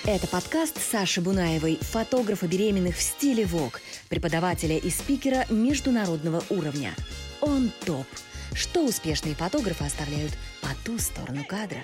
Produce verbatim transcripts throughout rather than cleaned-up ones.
Это подкаст Саши Бунаевой, фотографа беременных в стиле Vogue, преподавателя и спикера международного уровня. Он топ. Что успешные фотографы оставляют по ту сторону кадра?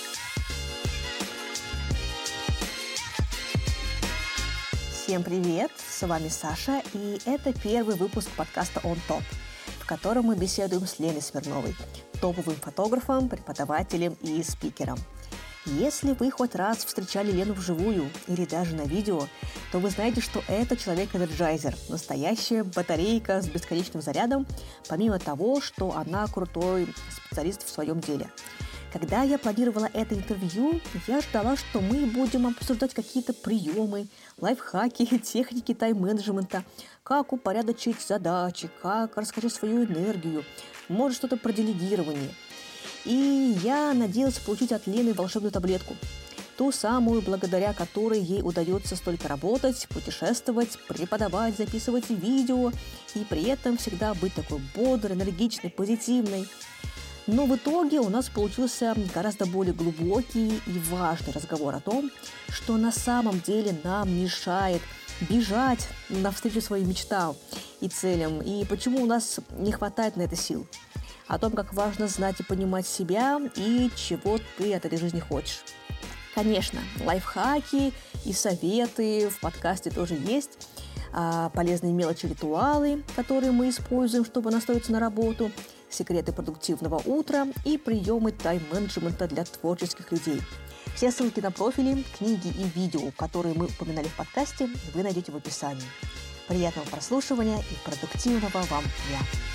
Всем привет! С вами Саша, и это первый выпуск подкаста «Он топ», в котором мы беседуем с Леной Смирновой, топовым фотографом, преподавателем и спикером. Если вы хоть раз встречали Лену вживую или даже на видео, то вы знаете, что это человек-энерджайзер, настоящая батарейка с бесконечным зарядом, помимо того, что она крутой специалист в своем деле. Когда я планировала это интервью, я ждала, что мы будем обсуждать какие-то приемы, лайфхаки, техники тайм-менеджмента, как упорядочить задачи, как раскачать свою энергию, может, что-то про делегирование. И я надеялась получить от Лены волшебную таблетку. Ту самую, благодаря которой ей удается столько работать, путешествовать, преподавать, записывать видео и при этом всегда быть такой бодрой, энергичной, позитивной. Но в итоге у нас получился гораздо более глубокий и важный разговор о том, что на самом деле нам мешает бежать навстречу своим мечтам и целям, и почему у нас не хватает на это сил. О том, как важно знать и понимать себя и чего ты от этой жизни хочешь. Конечно, лайфхаки и советы в подкасте тоже есть, полезные мелочи, ритуалы, которые мы используем, чтобы настроиться на работу, секреты продуктивного утра и приемы тайм-менеджмента для творческих людей. Все ссылки на профили, книги и видео, которые мы упоминали в подкасте, вы найдете в описании. Приятного прослушивания и продуктивного вам дня!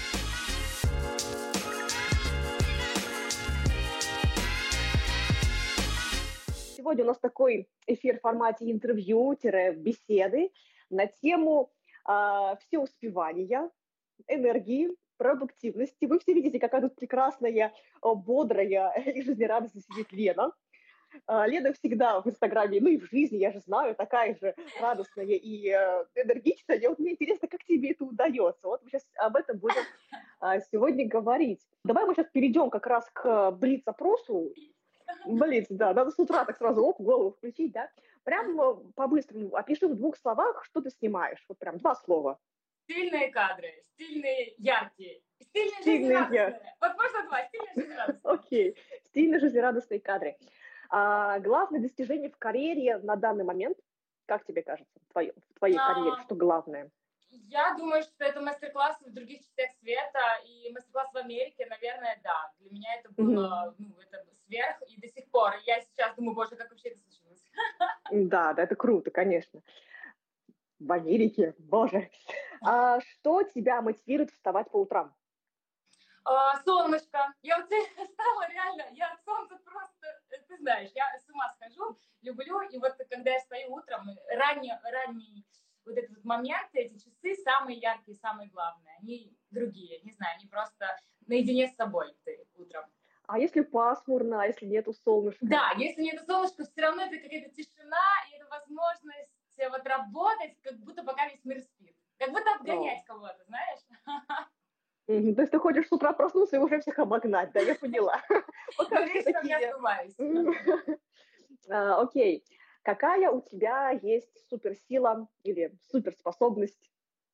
Сегодня у нас такой эфир в формате интервью-беседы на тему э, всеуспевания, энергии, продуктивности. Вы все видите, какая тут прекрасная, бодрая и жизнерадостная сидит Лена. Э, Лена всегда в Инстаграме, ну и в жизни, я же знаю, такая же радостная и э, энергичная. И вот мне интересно, как тебе это удается. Вот мы сейчас об этом будем э, сегодня говорить. Давай мы сейчас перейдем как раз к блиц-опросу. Блин, да, надо с утра так сразу оп, голову включить, да. Прям по-быстрому опиши в двух словах, что ты снимаешь. Вот прям два слова. Стильные кадры, стильные, яркие, стильные, жизнерадостные. Вот можно два, стильные, жизнерадостные. Окей, стильные, жизнерадостные кадры. А, главное достижение в карьере на данный момент, как тебе кажется, в твоей, в твоей а... карьере, что главное? Я думаю, что это мастер-классы в других частях света и мастер-класс в Америке, наверное, да. Для меня это было, mm-hmm. ну, это сверх, и до сих пор. Я сейчас думаю, боже, как вообще это случилось? Да, да, это круто, конечно. В Америке, боже. А что тебя мотивирует вставать по утрам? А, солнышко. Я вот стала реально, я от солнца просто, ты знаешь, я с ума схожу, люблю, и вот когда я встаю утром, ранний, ранний вот этот момент, эти часы самые яркие, самые главные. Они другие, не знаю, они просто наедине с собой ты утром. А если пасмурно, а если нету солнышка? Да, если нету солнышка, все равно это какая-то тишина, и это возможность вот работать, как будто пока весь мир спит. Как будто обгонять О. кого-то, знаешь? Mm-hmm. То есть ты хочешь с утра проснуться и уже всех обогнать, да, я поняла. Пока вечером я сдуваюсь. Окей. Какая у тебя есть суперсила или суперспособность?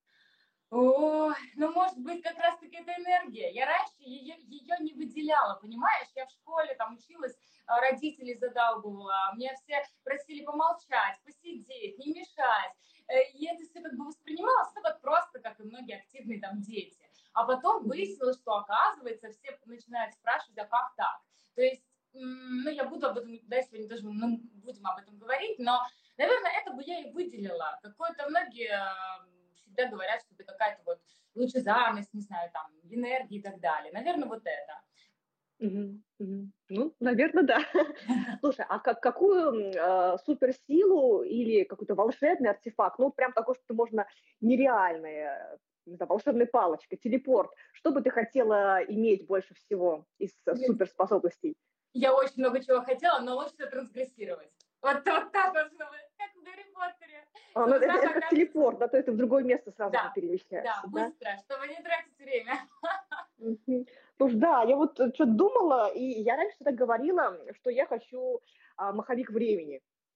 О, ну, может быть, как раз-таки это энергия. Я раньше ее, ее не выделяла, понимаешь? Я в школе там училась, родителей задалбывала, меня все просили помолчать, посидеть, не мешать. И это все как бы воспринималось ну, как просто, как и многие активные там дети. А потом выяснилось, что, оказывается, все начинают спрашивать, а как так? То есть, ну, я буду об этом, да, сегодня тоже ну, будем об этом говорить, но, наверное, это бы я и выделила. Какое-то многие всегда говорят, что это какая-то вот лучезарность, не знаю, там, энергия и так далее. Наверное, вот это. Угу, угу. Ну, наверное, да. Слушай, а как, какую э, суперсилу или какой-то волшебный артефакт, ну, прям такой, что можно нереальное, не знаю, волшебной палочкой, телепорт, что бы ты хотела иметь больше всего из суперспособностей? Я очень много чего хотела, но лучше всего трансгрессировать. Вот, вот так вот, чтобы, как в Гарри Поттере. А, ну, это, это как телепорт, да, то есть ты в другое место сразу да, перемещаешься. Да, быстро, да? Чтобы не тратить время. Слушай, да, я вот что-то думала, и я раньше так говорила, что я хочу а, маховик времени.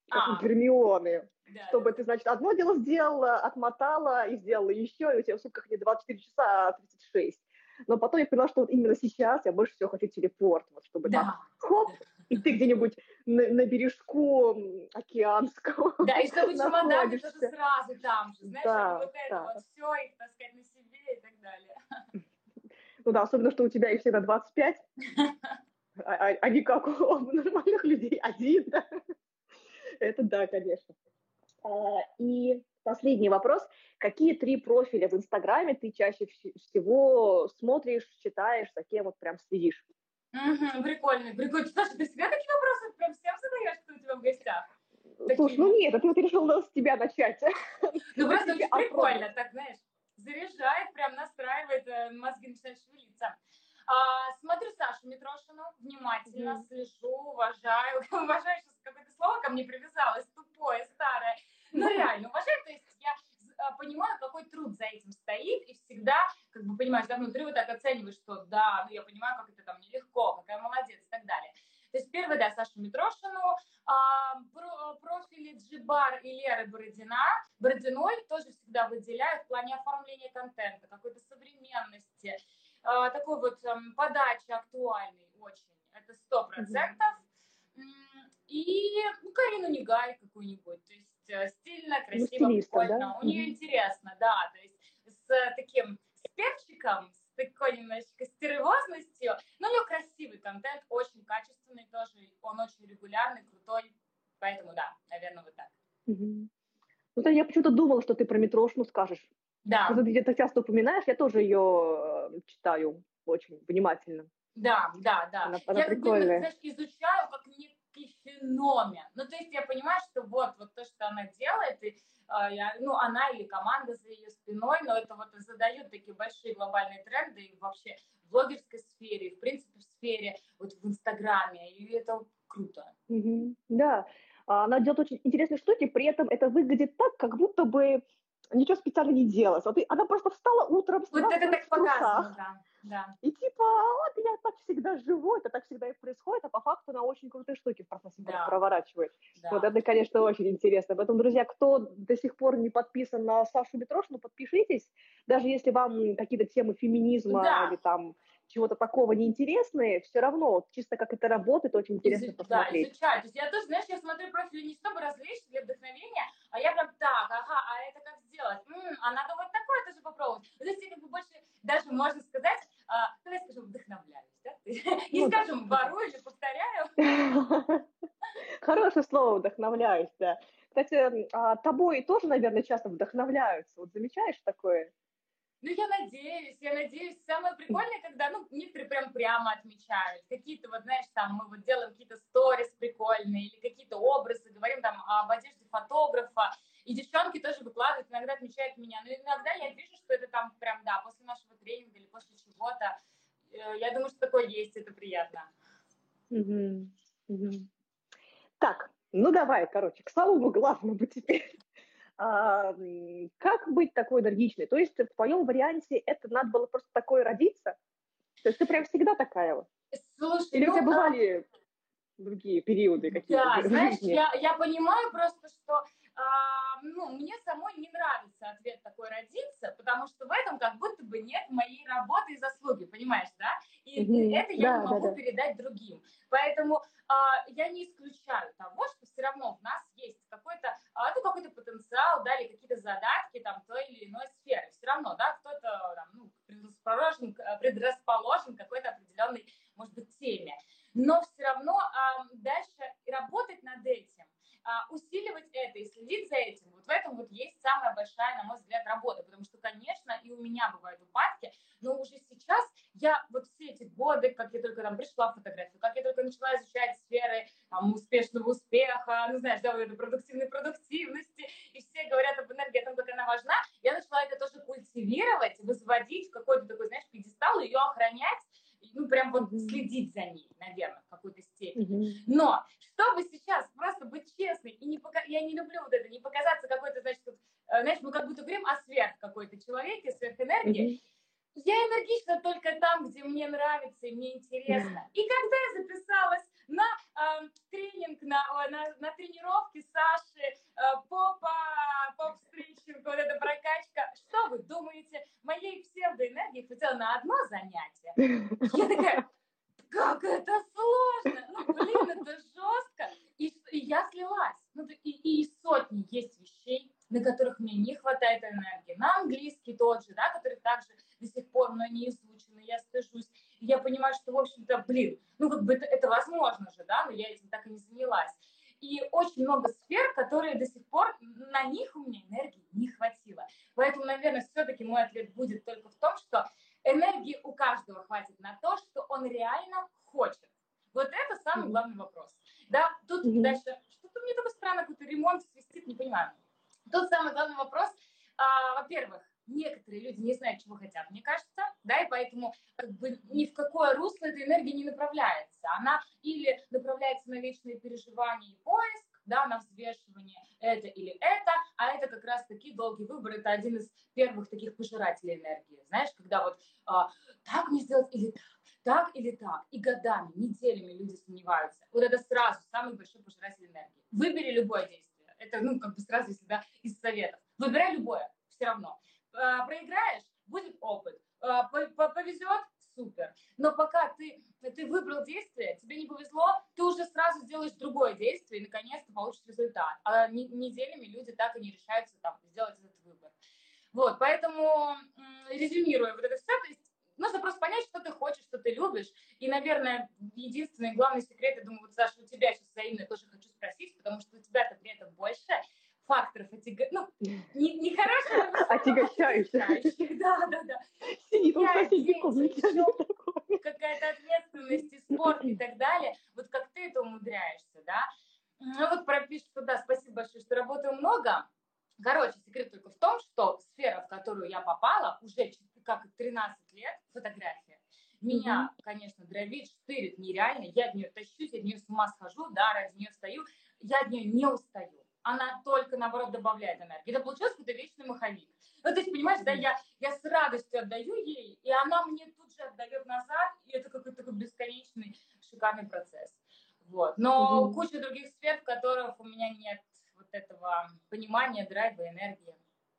как у А, Гермионы, да, чтобы да, ты, значит, одно дело сделала, отмотала и сделала еще, и у тебя в сутках не двадцать четыре часа, а тридцать шесть. Но потом я поняла, что вот именно сейчас я больше всего хочу телепорт, вот чтобы так да, хоп, и ты где-нибудь на, на бережку м, океанского да, и чтобы чемоданы тоже находишься. сразу там же, знаешь, а не Да, вот это да. вот все, их таскать на себе и так далее. Ну да, особенно, что у тебя их всегда двадцать пять, а, а- а не как у нормальных людей один, да. Это да, конечно. А, И последний вопрос. Какие три профиля в Инстаграме ты чаще вс- всего смотришь, читаешь, за кем вот прям следишь? Мгм, прикольно, прикольно. Слушай, ты всегда такие вопросы прям всем задаешь, кто у тебя в гостях? Слушай, Такие, ну ну, нет, это вот решила с тебя начать. ну просто Такие очень прикольно, опробовать. так, знаешь, заряжает, прям настраивает, э, мозги начинают шевелиться. А, смотрю Сашу Митрошину, внимательно Мгм. слежу, уважаю. Уважаю, сейчас какое-то слово ко мне привязалось, тупое, старое. Ну реально, уважаю, то есть я а, понимаю, какой труд за этим стоит, и всегда, как бы, понимаешь, да, внутри вот так оцениваешь, что да, ну я понимаю, как это там нелегко, какая молодец и так далее. То есть первый, да, Сашу Митрошину, а, про, профили Джибар и Леры Бородина, Бородиной тоже всегда выделяю в плане оформления контента, какой-то современности, а, такой вот эм, подачи актуальной очень, это сто Мгм. процентов. И ну, Карину Нигай какую-нибудь, то есть э, стильно, Ну, красиво, стилистов, да? прикольно, у нее Мгм. интересно, да, то есть с э, таким, с перчиком, с такой немножечко стервозностью, но у нее красивый контент, очень качественный тоже, он очень регулярный, крутой, поэтому да, наверное, вот так. Мгм. Ну, то я почему-то думала, что ты про Митрошину скажешь. Да, Просто ты где-то часто упоминаешь, я тоже ее э, читаю очень внимательно. да, да, да. Она, она Я как бы именно, прикольная. знаешь, изучаю как некий феномен. Ну, то есть я понимаю, что вот, вот то, что она делает, и, э, я, ну, она или команда за ее спиной, но это вот задают такие большие глобальные тренды и вообще в блогерской сфере, и в принципе в сфере, вот в Инстаграме, и это круто. Мгм. Да, а, она делает очень интересные штуки, при этом это выглядит так, как будто бы ничего специально не делалось. Вот и она просто встала утром, Вот это здравствуй, так в показано, трусах, да, да. и типа, вот я так всегда живу, это так всегда и происходит, а по факту она очень крутые штуки в процессе пр- Да, проворачивает. Вот да. это, конечно, очень интересно. Поэтому, друзья, кто до сих пор не подписан на Сашу Митрошину, подпишитесь. Даже если вам какие-то темы феминизма или Да, там чего-то такого неинтересные, все равно, вот чисто как это работает, очень интересно Изу- да, посмотреть. изучаю. То есть я тоже, знаешь, я смотрю профили не чтобы развлечься для вдохновения, а я прям так, ага, а это как сделать? М, а надо вот такое тоже попробовать. То есть я как бы больше, даже можно сказать, а, давай скажем, вдохновляюсь, да? Не Ну да, скажем, ну да. ворую или повторяю. Хорошее слово «вдохновляюсь», да. Кстати, м, а тобой тоже, наверное, часто вдохновляются. Вот замечаешь такое? Ну, я надеюсь, я надеюсь. Самое прикольное, когда, ну, некоторые прям прямо отмечают. Какие-то, вот, знаешь, там, мы вот делаем какие-то сторис прикольные или какие-то образы, говорим там об одежде фотографа. И девчонки тоже выкладывают, иногда отмечают меня. Но иногда я вижу, что это там прям, да, после нашего тренинга или после чего-то. Э, Я думаю, что такое есть, это приятно. Мгм. Мгм. Так, ну давай, короче, к самому главному теперь. А, м, как быть такой энергичной? То есть в твоем варианте это надо было просто такое родиться? То есть ты прям всегда такая вот? Слушай, Или у тебя ну, э, бывали другие периоды какие-то в да, жи- в знаешь, жизни? я, я понимаю просто, что а, ну, мне самой не нравится ответ такой родиться, потому что в этом как будто бы нет моей работы и заслуги, понимаешь, да? И, и Мгм. это я не Да, да, могу да. передать другим. Поэтому а, я не исключаю того, что все равно в нас есть какой-то, а, ну, какой-то потенциал, да, или какие-то задатки там той или иной сферы. Все равно, да, кто-то там, ну, предрасположен, предрасположен к какой-то определенной, может быть, теме. Но все равно а, дальше работать над этим, а, усиливать это и следить за этим, вот в этом вот есть самая большая, на мой взгляд, работа, потому что, конечно, и у меня бывают упадки, но уже сейчас я вот все эти годы, как я только там пришла в фотографию, как я только начала изучать сферы там, успешного успеха, ну, знаешь, да, вот этой продуктивной продуктивности, и все говорят об энергии, о том, как она важна, я начала это тоже культивировать, возводить в какой-то такой, знаешь, пьедестал, ее охранять, ну, прям вот Мгм. следить за ней, наверное, в какой-то степени. Мгм. Но, чтобы сейчас просто быть честной, и не пока... я не люблю вот это, не показаться какой-то, значит, вот, э, знаешь, мы как будто говорим о сверх какой-то человеке, сверхэнергии, Мгм. я энергична только там, где мне нравится и мне интересно. И когда я записалась на э, тренинг, на, на, на тренировки с Я такая, как это сложно! Ну, блин, это жестко! И, и я слилась. Ну, и, и сотни есть вещей, на которых мне не хватает энергии. На английский тот же, да, который также до сих пор мной не изучен, и я стыжусь. И я понимаю, что, в общем-то, блин, ну, как бы это, это возможно же, да, но я этим так и не занялась. И очень много сфер, которые до сих пор, на них у меня энергии не хватило. Поэтому, наверное, все-таки мой ответ будет только в том, что энергии у каждого хватит на то, что он реально хочет. Вот это самый главный вопрос. Да, тут mm-hmm. дальше, что-то мне такой странно, какой-то ремонт свистит, не понимаю. Тут самый главный вопрос, а, во-первых, некоторые люди не знают, чего хотят, мне кажется, да, и поэтому как бы ни в какое русло эта энергия не направляется. Она или направляется на вечные переживания и поиск, да, на взвешивание это или это, а это как раз таки долгий выбор, это один из первых таких пожирателей энергии, знаешь, когда вот а, так мне сделать или так, так или так, и годами, неделями люди сомневаются. Вот это сразу самый большой пожиратель энергии. Выбери любое действие, это, ну, как бы сразу, если, да, из советов. Выбирай любое, все равно. А, проиграешь, будет опыт, а, повезет, супер. Но пока ты, ты выбрал действие, тебе не повезло, ты уже сразу сделаешь другое действие и наконец-то получишь результат. А неделями люди так и не решаются там, сделать этот выбор. Вот, поэтому, резюмируя вот это все, то есть нужно просто понять, что ты хочешь, что ты любишь. И, наверное, единственный главный секрет, я думаю, вот, Саша, у тебя сейчас взаимно тоже хочу спросить, потому что у тебя-то при этом больше факторов, отяга... ну, не, не хороших, отягощающих. Да, да, да. Сидит он в соседней комнате. Какая-то ответственность и спорт и так далее. Вот как ты это умудряешься, да? Ну вот пропишешь, что да, спасибо большое, что работаю много. Короче, секрет только в том, что сфера, в которую я попала, уже как тринадцать лет, фотография, меня, mm-hmm. конечно, дробит, штырит нереально. Я от нее тащусь, я от нее с ума схожу, да, ради нее стою. Я от нее не устаю. Она только, наоборот, добавляет энергии. Это получился какой-то вечный маховик. Ну, то есть, понимаешь, да, я, я с радостью отдаю ей, и она мне тут же отдает назад, и это какой-то такой бесконечный, шикарный процесс. Вот. Но mm-hmm. куча других сфер, в которых у меня нет вот этого понимания, драйва, энергии.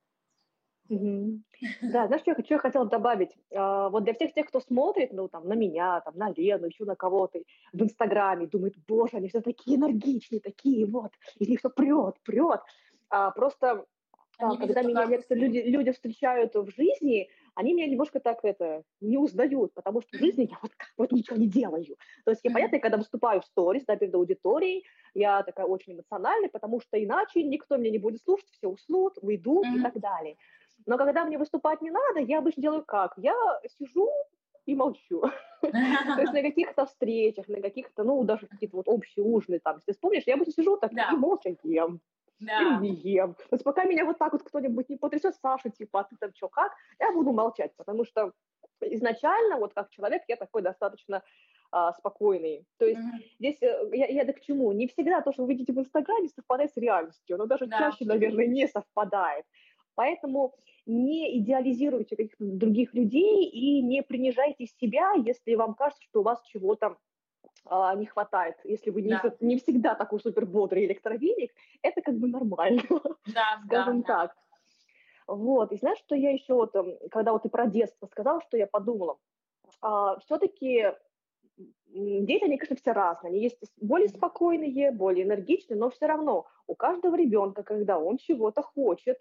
Mm-hmm. Да, знаешь, что я, что я хотела добавить? А, вот для всех тех, кто смотрит, ну, там, на меня, там, на Лену, еще на кого-то в Инстаграме, думает, боже, они все такие энергичные, такие вот, из них все прет, прет. А, просто, а, когда меня некоторые люди, люди встречают в жизни, они меня немножко так это не узнают, потому что в жизни я вот, вот ничего не делаю. То есть я, понятно, когда выступаю в сторис, да, перед аудиторией, я такая очень эмоциональная, потому что иначе никто меня не будет слушать, все уснут, уйдут mm-hmm. и так далее. Но когда мне выступать не надо, я обычно делаю как? Я сижу и молчу. То есть на каких-то встречах, на каких-то, ну, даже какие-то вот общие ужины, там, если вспомнишь, я обычно сижу так и молча ем. Да. И не ем. То есть пока меня вот так вот кто-нибудь не потрясет, Саша, типа, а ты там что, как? Я буду молчать, потому что изначально, вот как человек, я такой достаточно а, спокойный. То есть mm-hmm. здесь я, я да к чему? Не всегда то, что вы видите в Инстаграме, совпадает с реальностью, но даже да. чаще, наверное, не совпадает. Поэтому не идеализируйте каких-то других людей и не принижайте себя, если вам кажется, что у вас чего-то а, не хватает. Если вы не, да. не всегда такой супер бодрый электровеник, это как бы нормально, да, скажем да, так. Да. Вот. И знаешь, что я еще, вот, когда вот ты про детство сказала, что я подумала, а, все-таки дети, они, конечно, все разные. Они есть более спокойные, более энергичные, но все равно у каждого ребенка, когда он чего-то хочет,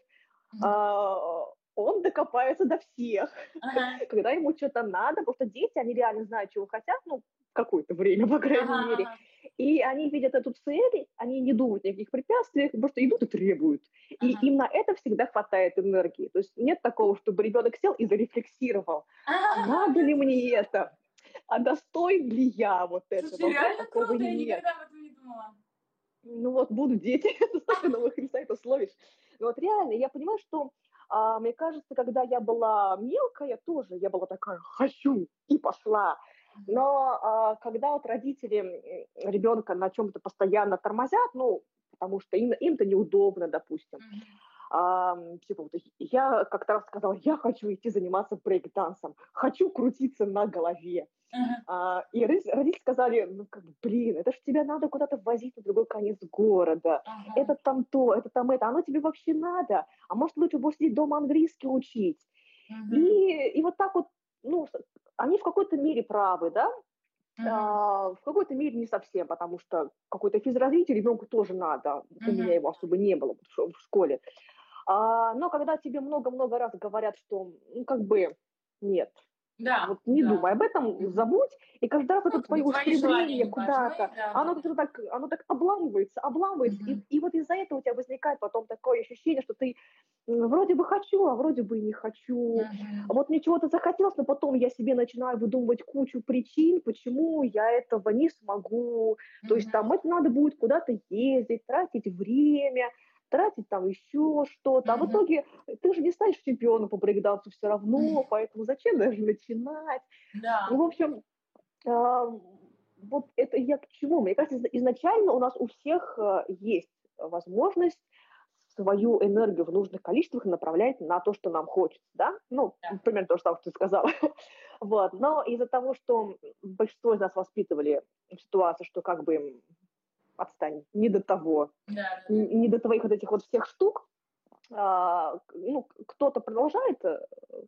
Uh, он докопается до всех, uh-huh. когда ему что-то надо, потому что дети, они реально знают, чего хотят, ну, какое-то время, по крайней uh-huh. мере, и они видят эту цель, они не думают о никаких препятствиях, просто идут и требуют, uh-huh. и им на это всегда хватает энергии, то есть нет такого, чтобы ребенок сел и зарефлексировал, uh-huh. надо ли мне это, а достоин ли я вот этого. Слушай, реально круто, я никогда об этом не думала. Ну вот, будут дети, столько новых инсайтов словишь. Но вот реально, я понимаю, что, а, мне кажется, когда я была мелкая, тоже я была такая, хочу, и пошла. Но а, когда вот родители ребенка на чем-то постоянно тормозят, ну, потому что им, им-то неудобно, допустим, а, типа, вот, я как-то раз сказала, я хочу идти заниматься брейк-дансом, хочу крутиться на голове. Uh-huh. А, и родители сказали, ну, как, блин, это ж тебе надо куда-то возить на другой конец города, uh-huh. это там то, это там это, оно тебе вообще надо, а может лучше будешь сидеть дома английский учить. Uh-huh. И, и вот так вот ну, они в какой-то мере правы, да, Мгм. а, в какой-то мере не совсем, потому что какое-то физразвитие ребенку тоже надо. У меня Мгм. его особо не было в ш- в школе. А, но когда тебе много-много раз говорят, что, ну, как бы, нет, Да, вот не да. думай об этом, Мгм. забудь, и каждый раз Ну, это твое т- твои желания устремление не куда-то, важны, да, да, оно да. как-то так, оно так обламывается, обламывается, и, Мгм. и вот из-за этого у тебя возникает потом такое ощущение, что ты м, вроде бы хочу, а вроде бы и не хочу. А Мгм. вот мне чего-то захотелось, но потом я себе начинаю выдумывать кучу причин, почему я этого не смогу. То есть Мгм. там это надо будет куда-то ездить, тратить время, тратить там еще что-то. А в Мгм. итоге ты же не станешь чемпионом по брейкдансу все равно, поэтому зачем даже начинать? Ну, Да. в общем, а, вот это я к чему? Мне кажется, из- изначально у нас у всех э, есть возможность свою энергию в нужных количествах направлять на то, что нам хочется, да? Ну, Да. примерно то же самое, что ты сказала. Вот. Но из-за того, что большинство из нас воспитывали в ситуации, что как бы м, отстань, не до того, Да, да, да. н- не до твоих вот этих вот всех штук, а, к- ну, кто-то продолжает э,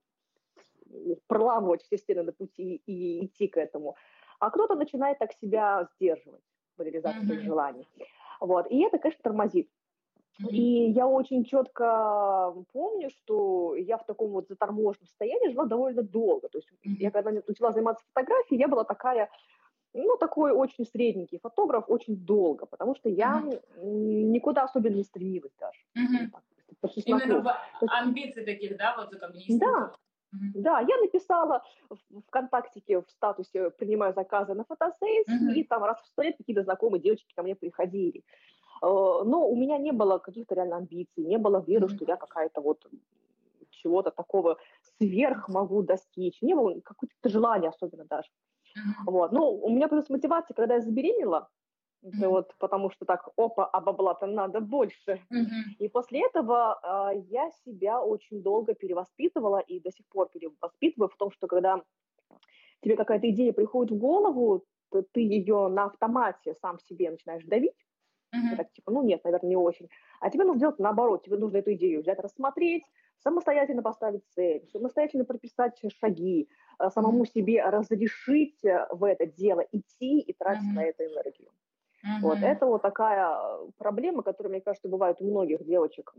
проламывать все стены на пути и идти к этому, а кто-то начинает так себя сдерживать в реализации своих Мгм. желаний. Вот. И это, конечно, тормозит. И Мгм. я очень четко помню, что я в таком вот заторможенном состоянии жила довольно долго. То есть я Мгм. когда начала заниматься фотографией, я была такая, ну, такой очень средненький фотограф очень долго, потому что я Мгм. м, никуда особенно не стремилась даже. Ну, Мгм. так, по Именно чесноку. в То есть, амбиций таких, да, вот как бы не да, испытывал. Мгм. да, я написала в ВКонтактике в статусе «Принимаю заказы на фотосессии», и Мгм. там раз в сто лет какие-то знакомые девочки ко мне приходили. Э, Но у меня не было каких-то реально амбиций, не было веры, Мгм. что я какая-то вот чего-то такого сверх могу достичь. Не было какого-то желания особенно даже. Мгм. Вот. Ну, у меня появилась мотивация, когда я забеременела, это Мгм. вот потому что так, опа, а бабла-то надо больше. Мгм. И после этого а, я себя очень долго перевоспитывала и до сих пор перевоспитываю в том, что когда тебе какая-то идея приходит в голову, то ты ее на автомате сам себе начинаешь давить, и Мгм. так типа, ну нет, наверное, не очень. А тебе нужно сделать наоборот, тебе нужно эту идею взять, рассмотреть, самостоятельно поставить цель, самостоятельно прописать шаги, э, самому Мгм. себе разрешить э, в это дело идти и тратить на Мгм. это энергию. Вот Мгм. это вот такая э, проблема, которая, мне кажется, бывает у многих девочек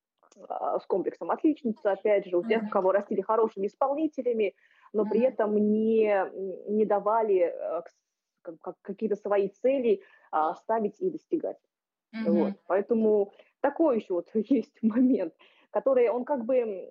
а, с комплексом отличницы, опять же, у тех, Мгм. кого растили хорошими исполнителями, но при Мгм. этом не, не давали э, к- как- как- какие-то свои цели а, ставить и достигать. Вот. Мгм. Поэтому такой еще вот есть момент, который, он как бы м,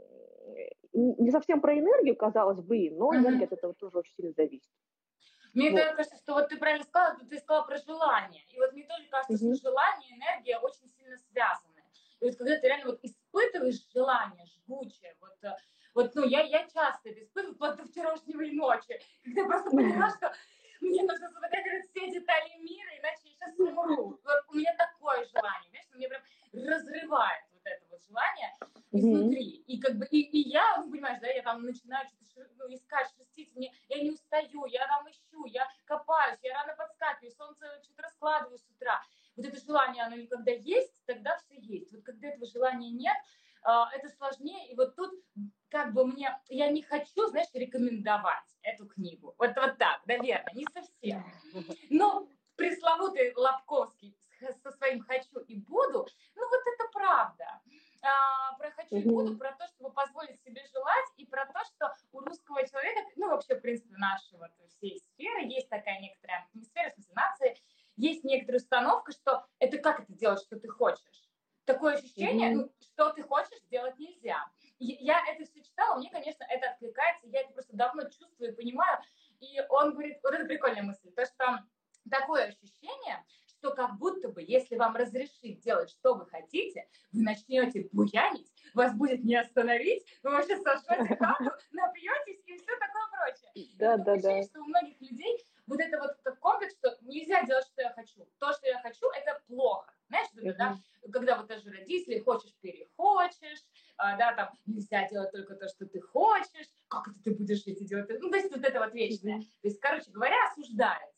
не совсем про энергию, казалось бы, но энергия Мгм. от этого тоже очень сильно зависит. Мне Вот. тоже кажется, что вот ты правильно сказала, ты сказала про желание. И вот мне тоже кажется, что Мгм. желание и энергия очень сильно связаны. И вот когда ты реально вот испытываешь желание жгучее, вот, э, вот ну, я, я часто это испытываю, вплоть до вчерашнего ночи, когда я просто поняла, что мне нужно сфотографировать все детали мира, иначе я сейчас умру. Вот у меня такое желание, знаешь, меня прям разрывает вот это вот желание Мгм. изнутри. И как бы, и, и я, ну, понимаешь, да, я там начинаю что-то ну, искать, шерстить, мне, я не устаю, я там ищу, я копаюсь, я рано подскакиваю, солнце что-то раскладываю с утра. Вот это желание, оно когда есть, тогда все есть. Вот когда этого желания нет, это сложнее. И вот тут как бы мне, я не хочу, знаешь, рекомендовать эту книгу. Вот, вот так, наверное, не совсем. Но пресловутый Лобковский со своим «хочу и буду», ну вот это правда. А, про «хочу и буду», Мгм. про то, чтобы позволить себе желать, и про то, что у русского человека, ну вообще, в принципе, нашей вот всей сферы есть такая некоторая, не сфера, в смысле нации, есть некоторая установка, что это как это делать, что ты хочешь. Такое ощущение, Мгм. ну, что ты хочешь, делать нельзя. И я это все читала, мне, конечно, это откликается, я это просто давно чувствую и понимаю. И он говорит, вот это прикольная мысль, то, что такое ощущение, что как будто бы, если вам разрешить делать, что вы хотите, вы начнете буянить, вас будет не остановить, вы вообще сожжете хату, напьетесь и все такое прочее. И Да, вот такое да, ощущение, да. что у многих людей вот это вот как комплекс, что нельзя делать, что я хочу. То, что я хочу, это плохо. Знаешь, вот это, да, Мгм. когда вот даже родители, хочешь, перехочешь, а, да, там, нельзя делать только то, что ты хочешь, как это ты будешь эти делать? Ну, то есть вот это вот вечное. Мгм. То есть, короче говоря, осуждается.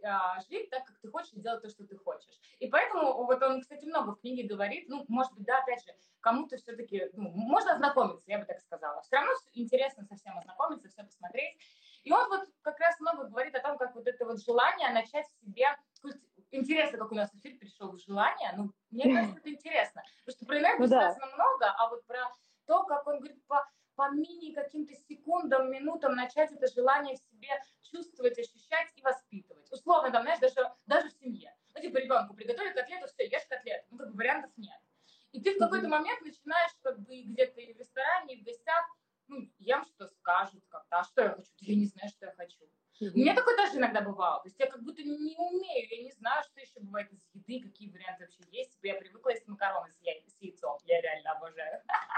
а, жить так, как ты хочешь, и делать то, что ты хочешь. И поэтому вот он, кстати, много в книге говорит, ну, может быть, да, опять же, кому-то все-таки, ну, можно ознакомиться, я бы так сказала. Все равно интересно со всем ознакомиться, все посмотреть. И он вот как раз много говорит о том, как вот это вот желание начать в себе... Интересно, как у нас эфир перешел в желание. Ну, мне кажется, это интересно. Потому что про энергию Ну да. сказано много, а вот про то, как он говорит, по, по мини каким-то секундам, минутам начать это желание в себе чувствовать, ощущать и воспитывать. Условно, там, знаешь, даже, даже в семье. Ну, типа, ребенку приготовили котлету, все, ешь котлету. Ну, как бы вариантов нет. И ты в какой-то момент начинаешь, как бы, где-то и в ресторане, и в гостях, ну, ем, что скажут как-то. А что я хочу? Я не знаю, что я хочу. Mm-hmm. У меня такое тоже иногда бывало. То есть я как будто не умею, я не знаю, что еще бывает из еды, какие варианты вообще есть. Я привыкла есть макароны с, я... с яйцом. Я реально обожаю.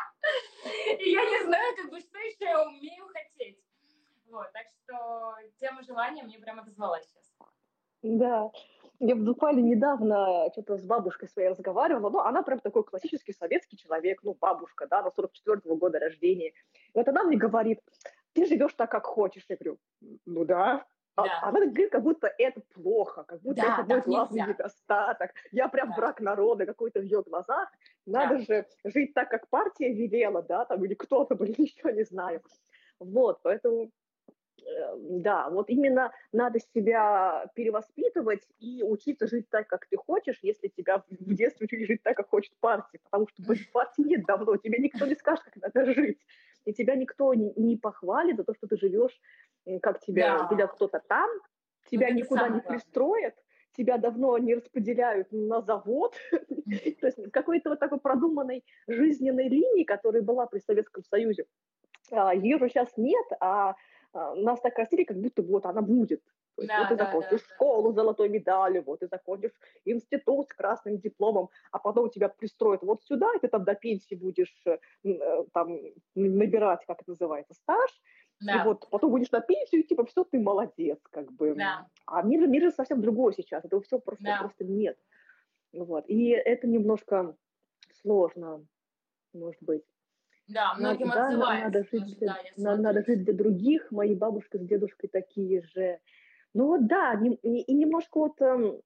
И я не знаю, как бы, что еще я умею хотеть. Вот, так что тема желания мне прям отозвалась сейчас. Да. Я буквально недавно что-то с бабушкой своей разговаривала, ну, она прям такой классический советский человек, ну, бабушка, да, на сорок четвёртого года рождения. И вот она мне говорит, ты живешь так, как хочешь. Я говорю, ну да. А да. она говорит, как будто это плохо, как будто да, это мой главный нельзя. недостаток. Я прям да. враг народа какой-то в ее глазах. Надо да. же жить так, как партия велела, да, там, или кто-то, блин, еще не знаю. Вот, поэтому... Да, вот именно надо себя перевоспитывать и учиться жить так, как ты хочешь, если тебя в детстве учили жить так, как хочет партия, потому что больше партии нет давно, тебе никто не скажет, как надо жить, и тебя никто не, не похвалит за то, что ты живешь, как тебя да. ведет кто-то там, тебя вот никуда не пристроят, тебя давно не распределяют на завод, то есть какой-то вот такой продуманной жизненной линии, которая была при Советском Союзе, ее же сейчас нет, а нас так растили, как будто вот она будет. То есть, да, вот ты да, закончишь да, школу с золотой медалью, вот ты закончишь институт с красным дипломом, а потом тебя пристроят вот сюда, и ты там до пенсии будешь там набирать, как это называется, стаж, да. И вот потом будешь на пенсию, и типа все, ты молодец, как бы. Да. А мир, мир же совсем другой сейчас, этого всего просто, да. просто нет. Вот. И это немножко сложно, может быть. Да, многим надо, отзывается. Надо жить, для, да, надо, надо жить для других. Мои бабушка с дедушкой такие же. Ну вот да, не, и немножко вот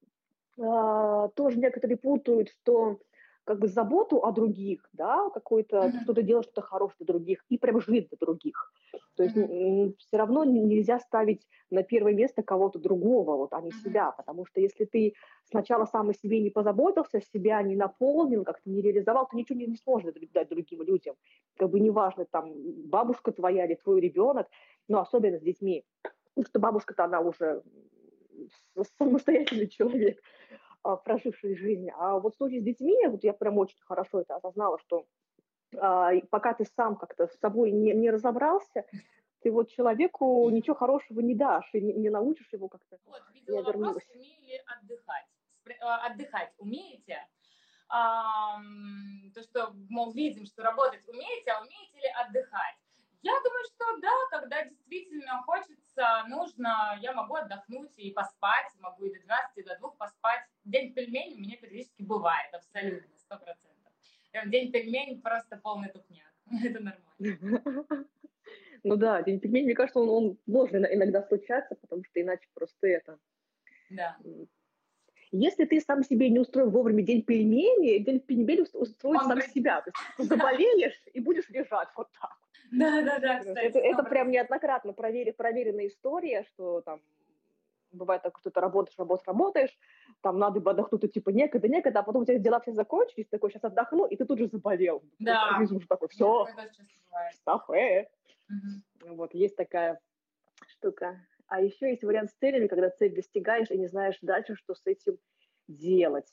э, тоже некоторые путают, что как бы заботу о других, да, какой-то, mm-hmm. кто-то делает что-то хорошее для других, и прям жить для других. То есть mm-hmm. все равно нельзя ставить на первое место кого-то другого, вот, а не mm-hmm. себя, потому что если ты сначала сам о себе не позаботился, себя не наполнил, как-то не реализовал, то ничего не, не сможешь дать другим людям. Как бы неважно, там, бабушка твоя или твой ребенок, но особенно с детьми, потому что бабушка-то она уже самостоятельный человек, проживший жизнь. А вот в случае с детьми, вот я прям очень хорошо это осознала, что а, пока ты сам как-то с собой не, не разобрался, ты вот человеку ничего хорошего не дашь и не, не научишь его как-то. Вот, видела вопрос, умею ли отдыхать. Отдыхать умеете? А, то, что, мол, видим, что работать умеете, а умеете ли отдыхать? Я думаю, что да, когда действительно хочется, нужно, я могу отдохнуть и поспать, могу и до двенадцати, и до двух поспать. День пельменей у меня периодически бывает, абсолютно, сто процентов. День пельменей просто полный тупняк, это нормально. Ну да, день пельменей, мне кажется, он, он должен иногда случаться, потому что иначе просто это... Да. Если ты сам себе не устроил вовремя день пельменей, день пельменей устроит он сам при... себя. То есть ты заболеешь и будешь лежать вот так. Да, да, да, кстати. Это, это прям неоднократно провер... проверенная история, что там бывает так, что ты работаешь, работаешь, работаешь, там надо бы отдохнуть, то типа некогда, некогда, а потом у тебя дела все закончились, ты такой, сейчас отдохну, и ты тут же заболел. Да. Организм уже такой, все, стафе. Угу. Вот, есть такая штука. А еще есть вариант с целями, когда цель достигаешь и не знаешь дальше, что с этим делать.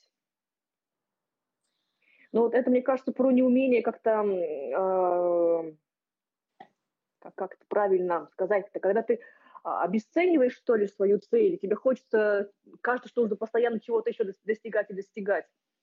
Ну вот это, мне кажется, про неумение как-то, э, как- как-то правильно сказать, это когда ты а, обесцениваешь, что ли, свою цель, и тебе хочется, кажется, что нужно постоянно чего-то еще дос- достигать и достигать.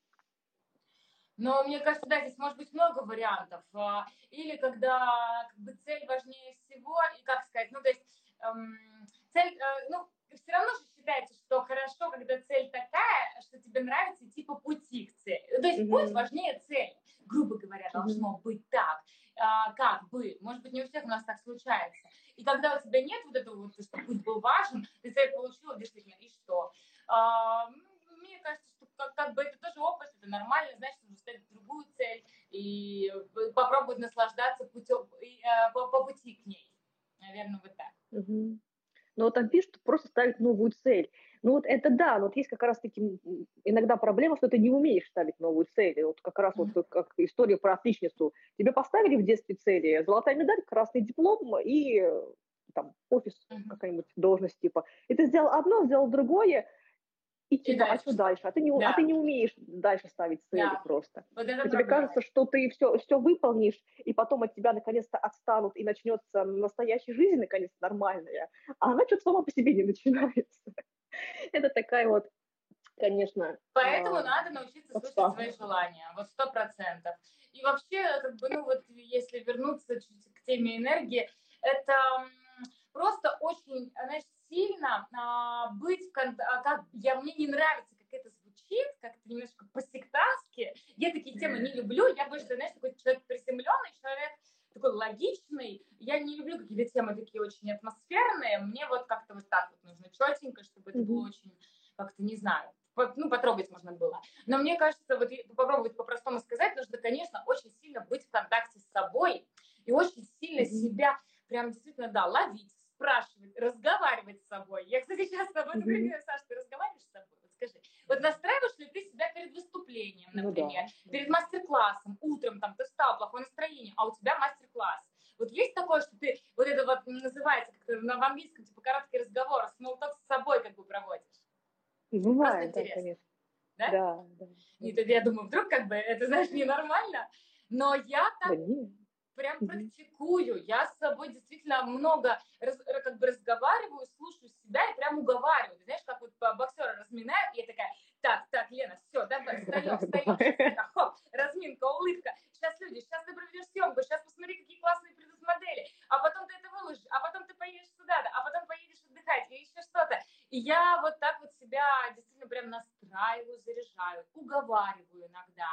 Но мне кажется, да, здесь может быть много вариантов. А, Или когда как бы, цель важнее всего, и как сказать, ну то есть эм, цель, э, ну все равно же считается, что хорошо, когда цель такая, что тебе нравится идти по пути к цели. То есть mm-hmm. путь важнее цели, грубо говоря, должно mm-hmm. быть так. А, как бы, может быть, не у всех у нас так случается. И когда у тебя нет вот этого вот, что путь был важен, ты цель получила, действительно, и что? А, мне кажется, что как, как бы это тоже опыт, это нормально, значит, нужно ставить другую цель и попробовать наслаждаться путем, и, э, по, по пути к ней. Наверное, вот так. Мгм. Но вот там пишут, просто ставить новую цель. Ну вот это да, но вот есть как раз-таки м, иногда проблема, что ты не умеешь ставить новую цель. И вот как раз вот Мгм. как история про отличницу. Тебе поставили в детстве цели: золотая медаль, красный диплом и э, там офис, Мгм. какая-нибудь должность типа. И ты сделал одно, сделал другое, и И типа, а дальше что что? дальше? А ты не, у- а ты Да, не умеешь дальше ставить цели да. просто. Вот это И тебе проблема. кажется, что ты все, все выполнишь, и потом от тебя наконец-то отстанут, и начнется настоящая жизнь, наконец, нормальная, а она что-то сама по себе не начинается. Это такая вот, конечно, Поэтому а, надо научиться слушать свои подставка. желания, вот сто процентов. И вообще, как бы, ну вот, если вернуться чуть к теме энергии, это м, просто очень, знаешь, сильно а, быть, в кон- а, как я, мне не нравится, как это звучит, как-то немножко по-сектантски. Я такие темы не люблю, я больше, знаешь, такой человек приземленный, человек такой логичный. Я не люблю какие-то темы такие очень атмосферные. Мне вот как-то вот так вот нужно четенько, чтобы это было Мгм. очень, как-то, не знаю, по- ну, потрогать можно было. Но мне кажется, вот и попробовать по-простому сказать, нужно, конечно, очень сильно быть в контакте с собой и очень сильно Мгм. себя прям действительно, да, ловить, спрашивать, разговаривать с собой. Я, кстати, часто об этом Мгм. говорю: Саша, ты разговариваешь с собой? Вот скажи, вот настраиваешь ли ты себя перед выступлением, Ну да. например, Да. перед мастер-классом, утром там ты встал, плохое настроение, а у тебя мастер-класс. Вот есть такое, что ты, вот это вот называется как-то в английском, типа короткий разговор, смолток с собой как бы проводишь. Просто Бывает, да, интересно, конечно. да? Да, да. Да, Нет, это я думаю, вдруг как бы это, знаешь, ненормально. Но я да так нет. прям Мгм. практикую. Я с собой действительно много раз- ра- как бы разговариваю, слушаю себя и прям уговариваю. Ты знаешь, как вот по- боксера разминаю, и я такая: так, так, Лена, все, давай, встаем, встаем, сейчас Давай. это, хоп, разминка, улыбка, сейчас люди, сейчас ты проведешь съемку, сейчас посмотри, какие классные придут модели, а потом ты это выложишь, а потом ты поедешь сюда, а потом поедешь отдыхать, и еще что-то. И я вот так вот себя действительно прям настраиваю, заряжаю, уговариваю иногда,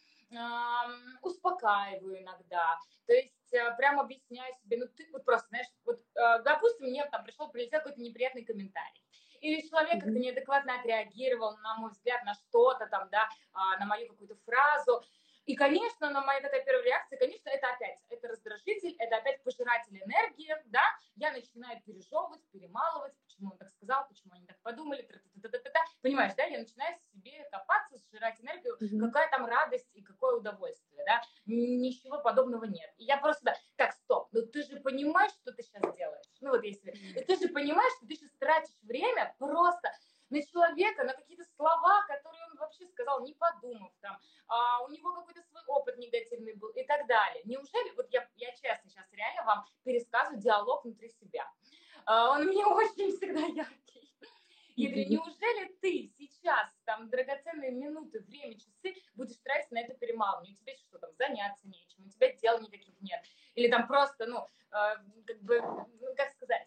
эм, успокаиваю иногда. То есть э, прям объясняю себе, ну ты вот просто, знаешь, вот, э, допустим, мне там пришел, прилетел какой-то неприятный комментарий. Или человек как-то Мгм. неадекватно отреагировал, на мой взгляд, на что-то там, да, а, на мою какую-то фразу. И, конечно, на моя такая первая реакция, конечно, это опять, это раздражитель, это опять пожиратель энергии, да, я начинаю пережевывать, перемалывать, почему он так сказал, почему они так подумали, та-та-та-та-та-та. Понимаешь, да, я начинаю себе копаться, сжирать энергию, Мгм. какая там радость и какое удовольствие, да, ничего подобного нет. И я просто, да, так, стоп, ну ты же понимаешь, что ты сейчас делаешь, ну вот если, ты же понимаешь, что ты сейчас тратишь время просто на человека, на какие-то слова, которые он вообще сказал, не подумав, там, а, у него какой-то свой опыт негативный был и так далее. Неужели, вот я, я честно сейчас реально вам пересказываю диалог внутри себя. А, он у меня очень всегда яркий. Я говорю: Мгм. неужели ты сейчас, там, драгоценные минуты, время, часы будешь тратить на это перемалывание? У тебя что, там, заняться нечем, у тебя дел никаких нет. Или там просто, ну, э, как бы, ну, как сказать,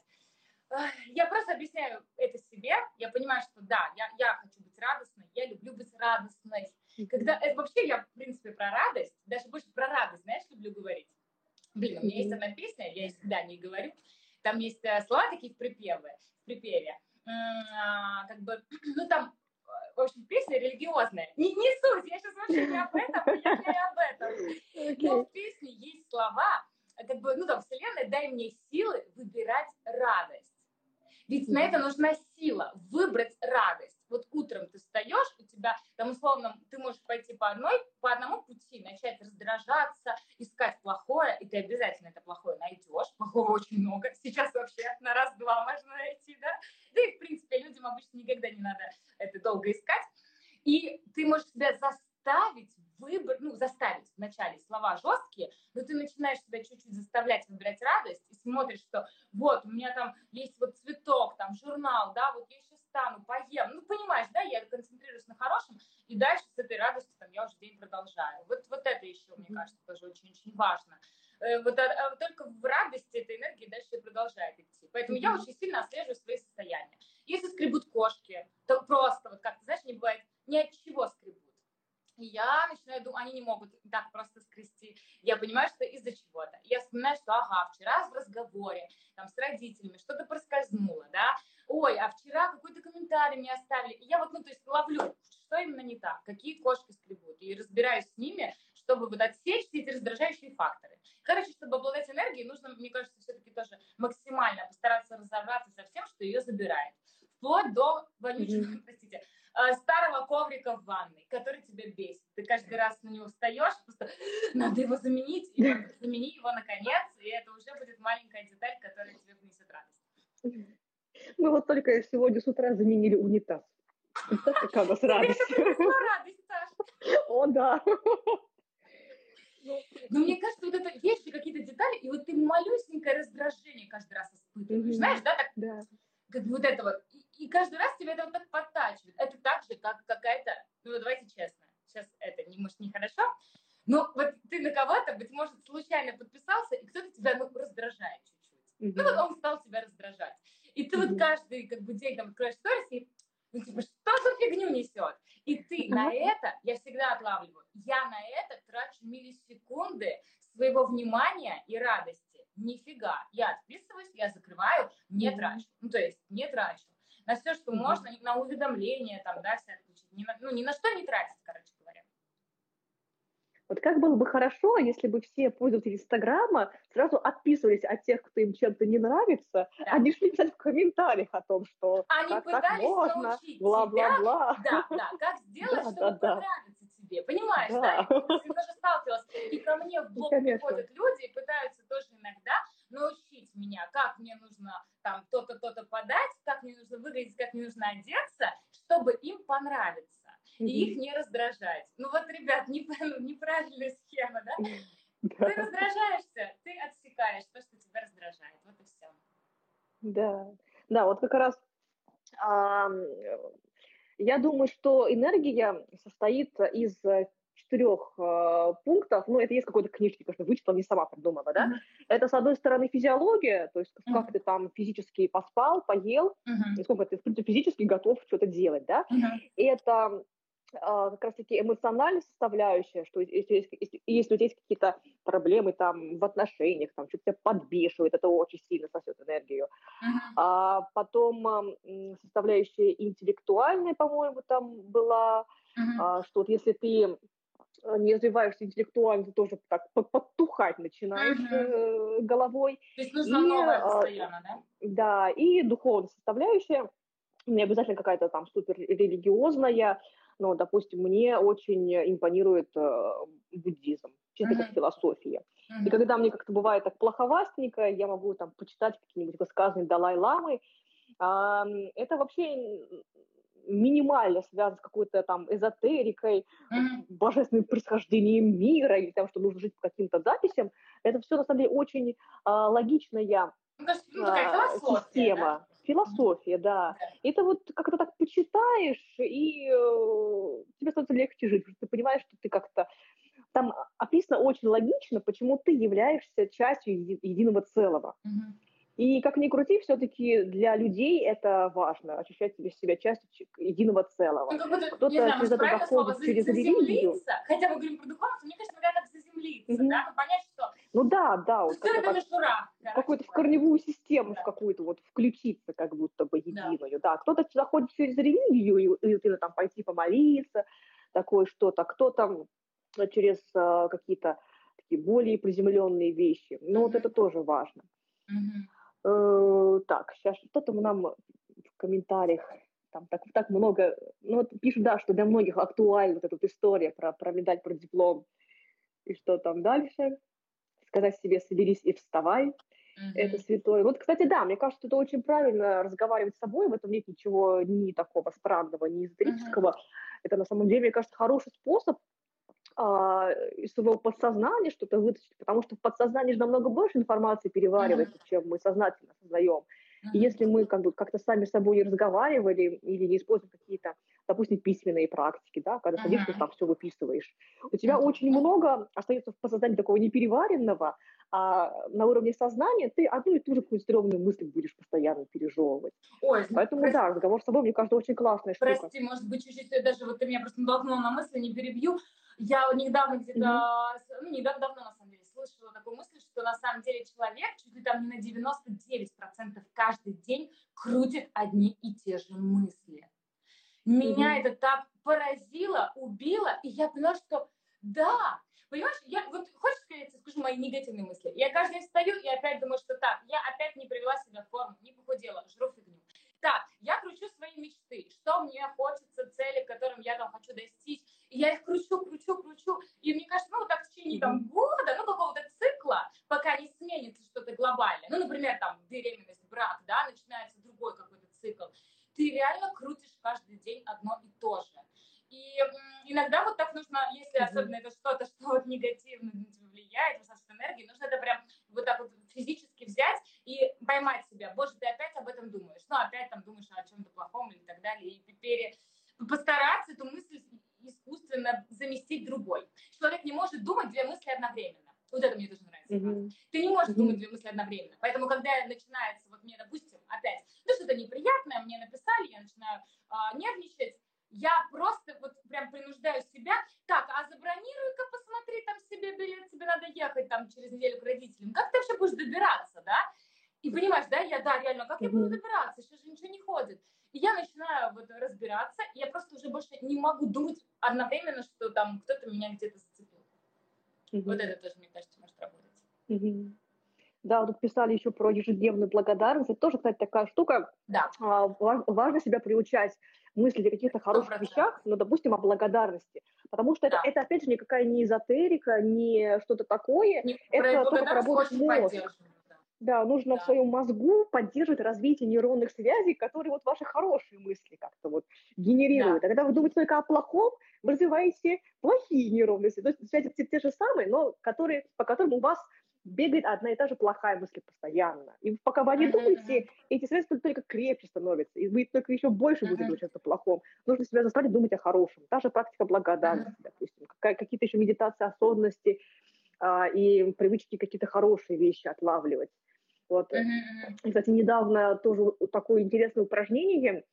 я просто объясняю это себе, я понимаю, что да, я, я хочу быть радостной, я люблю быть радостной. Когда, Мгм. это вообще я, в принципе, про радость, даже больше про радость, знаешь, люблю говорить. Блин, у меня есть Мгм. одна песня, я всегда не говорю, там есть э, слова такие в припеве, в припеве, М, а, как бы, ну там, э, в общем, песня религиозная. Не, не суть, я сейчас вообще не об этом, я не об этом. Но Окей. в песне есть слова, э, как бы, ну там, Вселенная, дай мне силы выбирать радость. Ведь на это Мгм. нужна сила, выбрать радость. Вот утром ты встаешь, у тебя, там, условно, ты можешь пойти по одной, по одному пути, начать раздражаться, искать плохое, и ты обязательно это плохое найдешь. Плохого очень много. Сейчас вообще на раз-два можно найти, да? Да и, в принципе, людям обычно никогда не надо это долго искать. И ты можешь себя заставить выбрать, ну, заставить вначале слова жесткие, но ты начинаешь себя чуть-чуть заставлять выбирать радость и смотришь, что вот, у меня там есть вот цветок, там, журнал, да, вот я сейчас встану, поем. Ну, понимаешь, да, я концентрируюсь на хорошем, и дальше с этой радостью там я уже день продолжаю. Вот, вот это еще, мне кажется, тоже очень-очень важно. Э, Вот а, а, только в радости эта энергия дальше продолжает идти. Поэтому я Мгм. очень сильно отслеживаю свои состояния. Если скребут кошки, то просто, вот как ты знаешь, не бывает ни от чего скребут. И я начинаю думать, они не могут так просто скрести. Я понимаю, что из-за чего-то. Я вспоминаю, что ага, вчера в разговоре там, с родителями что-то проскользнуло, да, ой, а вчера какой-то комментарий комментарий мне оставили. И я вот, ну, то есть ловлю, что именно не так, какие кошки скребут, и разбираюсь с ними, чтобы вот отсечь все эти раздражающие факторы. Короче, чтобы обладать энергией, нужно, мне кажется, все-таки тоже максимально постараться разобраться со всем, что ее забирает. Вплоть до вонючего, mm-hmm. простите, старого коврика в ванной, который тебя бесит. Ты каждый раз на него встаешь, просто надо его заменить, и вот замени его наконец, и это уже будет маленькая деталь, которая тебе внесет радость. Мы вот только сегодня с утра заменили унитаз. Это какая у нас радость. Это принесло радость, Саша. О, да. Но мне кажется, вот это вещи, какие-то детали, и вот ты малюсенькое раздражение каждый раз испытываешь. Знаешь, да, так? Да. Как вот это вот. И, и каждый раз тебя это вот так подтачивает. Это так же, как какая-то, ну давайте честно, сейчас это, не, может, нехорошо, но вот ты на кого-то, быть может, случайно подписался, и кто-то тебя, ну, раздражает чуть-чуть. Mm-hmm. Ну вот он стал тебя раздражать. И ты mm-hmm. вот каждый, как бы, день там откроешь сторис, и, ну, типа, что за фигню несет? И ты mm-hmm. на это, я всегда отлавливаю, я на это трачу миллисекунды своего внимания и радости. Нифига. Я отписываюсь, я закрываю, не mm-hmm. трачу. Ну, то есть не трачу. На все, что mm-hmm. можно, на уведомления, там, да, все отключить. Ни на, ну, ни на что не тратить, короче говоря. Вот как было бы хорошо, если бы все пользователи Инстаграма сразу отписывались от тех, кто им чем-то не нравится, да. Они шли писать в комментариях о том, что они как пытались так можно, научить бла-бла-бла. Да, да, как сделать, да, чтобы да, понравиться да. тебе. Понимаешь, да? да? Я тоже сталкивалась. И ко мне в блог приходят люди и пытаются тоже иногда научить меня, как мне нужно там то-то, то-то подать, как мне нужно выглядеть, как мне нужно одеться, чтобы им понравиться. И mm-hmm. их не раздражать. Ну вот, ребят, неправильная схема, да? Да. Ты раздражаешься, ты отсекаешь то, что тебя раздражает. Вот и все. Да, да, вот как раз а, я думаю, что энергия состоит из четырех э, пунктов. Ну, это есть какой-то книжки, конечно, вычитала, не сама придумала, да? Mm-hmm. Это, с одной стороны, физиология, то есть mm-hmm. как ты там физически поспал, поел, mm-hmm. и сколько ты, в принципе, физически готов что-то делать, да? Mm-hmm. И это как раз-таки эмоциональная составляющая, что если, если, если у тебя есть какие-то проблемы там в отношениях, там что-то тебя подбешивает, это очень сильно сосет энергию. Uh-huh. А потом составляющая интеллектуальная, по-моему, там была, uh-huh. а, что вот если ты не развиваешься интеллектуально, ты тоже так подтухать начинаешь uh-huh. головой. То есть нужно и, новое постоянно, да? Да, и духовная составляющая, не обязательно какая-то там супер религиозная. Но, допустим, мне очень импонирует э, буддизм, чисто uh-huh. как философия. Uh-huh. И когда мне как-то бывает так плоховастенько, я могу там почитать какие-нибудь высказывания Далай-ламы. Э, это вообще минимально связано с какой-то там эзотерикой, uh-huh. божественным происхождением мира, или там, что нужно жить по каким-то записям. Это все, на самом деле, очень э, логичная ну, то есть, ну, такая система. Да? Философия, да. да. Это вот как-то так почитаешь, и э, тебе становится легче жить, потому что ты понимаешь, что ты как-то... Там описано очень логично, почему ты являешься частью еди- единого целого. Mm-hmm. И как ни крути, все-таки для людей это важно, ощущать себя частью единого целого. Ну, как Кто-то знаю, через это доходит через религию. Хотя мы говорим про духовность, мне кажется, надо так заземлиться, mm-hmm. да, ну, понять, что... Ну да, да. Вот это так, мишура, в какую-то в корневую систему, да. в какую-то вот включиться, как будто бы единую, да. да. Кто-то заходит через религию, и, и ты там пойти помолиться, такое что-то, кто-то через uh, какие-то такие более приземленные вещи. Но mm-hmm. вот это тоже важно. Mm-hmm. Uh, так, сейчас что-то нам в комментариях там так, так много, ну вот пишут, да, что для многих актуальна вот эта вот история про, про медаль, про диплом, и что там дальше. Сказать себе «соберись и вставай», mm-hmm. это святое. Вот, кстати, да, мне кажется, это очень правильно разговаривать с собой, в этом нет ничего ни такого странного, ни эзотерического. Mm-hmm. Это, на самом деле, мне кажется, хороший способ а, из своего подсознания что-то вытащить, потому что в подсознании же намного больше информации переваривается, mm-hmm. чем мы сознательно осознаем. Mm-hmm. И если мы как бы как-то сами с собой не разговаривали или не используем какие-то, допустим, письменные практики, да, когда mm-hmm. садишься, там все выписываешь, у тебя mm-hmm. очень много остается в подсознании такого непереваренного, а на уровне сознания ты одну и ту же какую-то стрёмную мысль будешь постоянно пережевывать. Ой, Поэтому, прости, да, разговор с собой, мне кажется, очень классная штука. Прости, может быть, чуть-чуть даже вот ты меня просто натолкнула на мысли, не перебью. Я недавно где-то, mm-hmm. ну, недавно, давно, на самом деле, слышала такую мысль, что на самом деле человек чуть ли там не на девяносто девять процентов каждый день крутит одни и те же мысли. Меня mm-hmm. это так поразило, убило, и я поняла, что да, понимаешь, я вот хочешь сказать, скажу мои негативные мысли. Я каждый день встаю и опять думаю, что так, я опять не привела себя в форму, не похудела, жру фигню. Так, я кручу свои мечты, что мне хочется, цели, к которым я там хочу достичь, и я их кручу, кручу, кручу, и мне кажется, ну, вот так в течение там года, ну, какого-то цикла, пока не сменится что-то глобальное, ну, например, там, беременность, брак, да, начинается другой какой-то цикл, ты реально крутишь каждый день одно и то же. И м, иногда вот так нужно, если mm-hmm. особенно это что-то, что вот негативно на тебя влияет, достаточно энергии, нужно это прям вот так вот физически взять и поймать себя. Боже, ты опять об этом думаешь. Ну, опять там думаешь о чем-то плохом или так далее. И пере... постараться эту мысль искусственно заместить другой. Человек не может думать две мысли одновременно. Вот это мне тоже нравится. Mm-hmm. Ты не можешь mm-hmm. думать две мысли одновременно. Поэтому, когда начинается, вот мне, допустим, опять, ну, что-то неприятное, мне написали, я начинаю а, нервничать, я просто вот прям принуждаю себя, так, а забронируй-ка, посмотри, там себе билет, тебе надо ехать там через неделю к родителям. Как ты вообще будешь добираться, да? И понимаешь, да, я, да, реально, как mm-hmm. я буду добираться, сейчас же ничего не ходит. И я начинаю вот разбираться, и я просто уже больше не могу думать одновременно, что там кто-то меня где-то зацепил. Mm-hmm. Вот это тоже, мне кажется, может работать. Mm-hmm. Да, вот тут писали еще про ежедневную благодарность. Это тоже, кстати, такая штука. Да. А, важно себя приучать мыслить о каких-то хороших сто процентов вещах, но, допустим, о благодарности. Потому что да. это, это, опять же, никакая не эзотерика, не что-то такое. Не, это то, как работает мозг. Да. да, нужно да. в своем мозгу поддерживать развитие нейронных связей, которые вот ваши хорошие мысли как-то вот генерируют. Да. А когда вы думаете только о плохом, вы развиваете плохие нейронные связи. То есть связи те, те же самые, но которые, по которым у вас бегает одна и та же плохая мысль постоянно. И пока вы не uh-huh, думаете, uh-huh. эти связи только крепче становятся, и вы только еще больше будете uh-huh. думать о плохом. Нужно себя заставить думать о хорошем. Та же практика благодарности, uh-huh. допустим, какие-то еще медитации осознанности а, и привычки какие-то хорошие вещи отлавливать. Вот. Uh-huh. И, кстати, недавно тоже такое интересное упражнение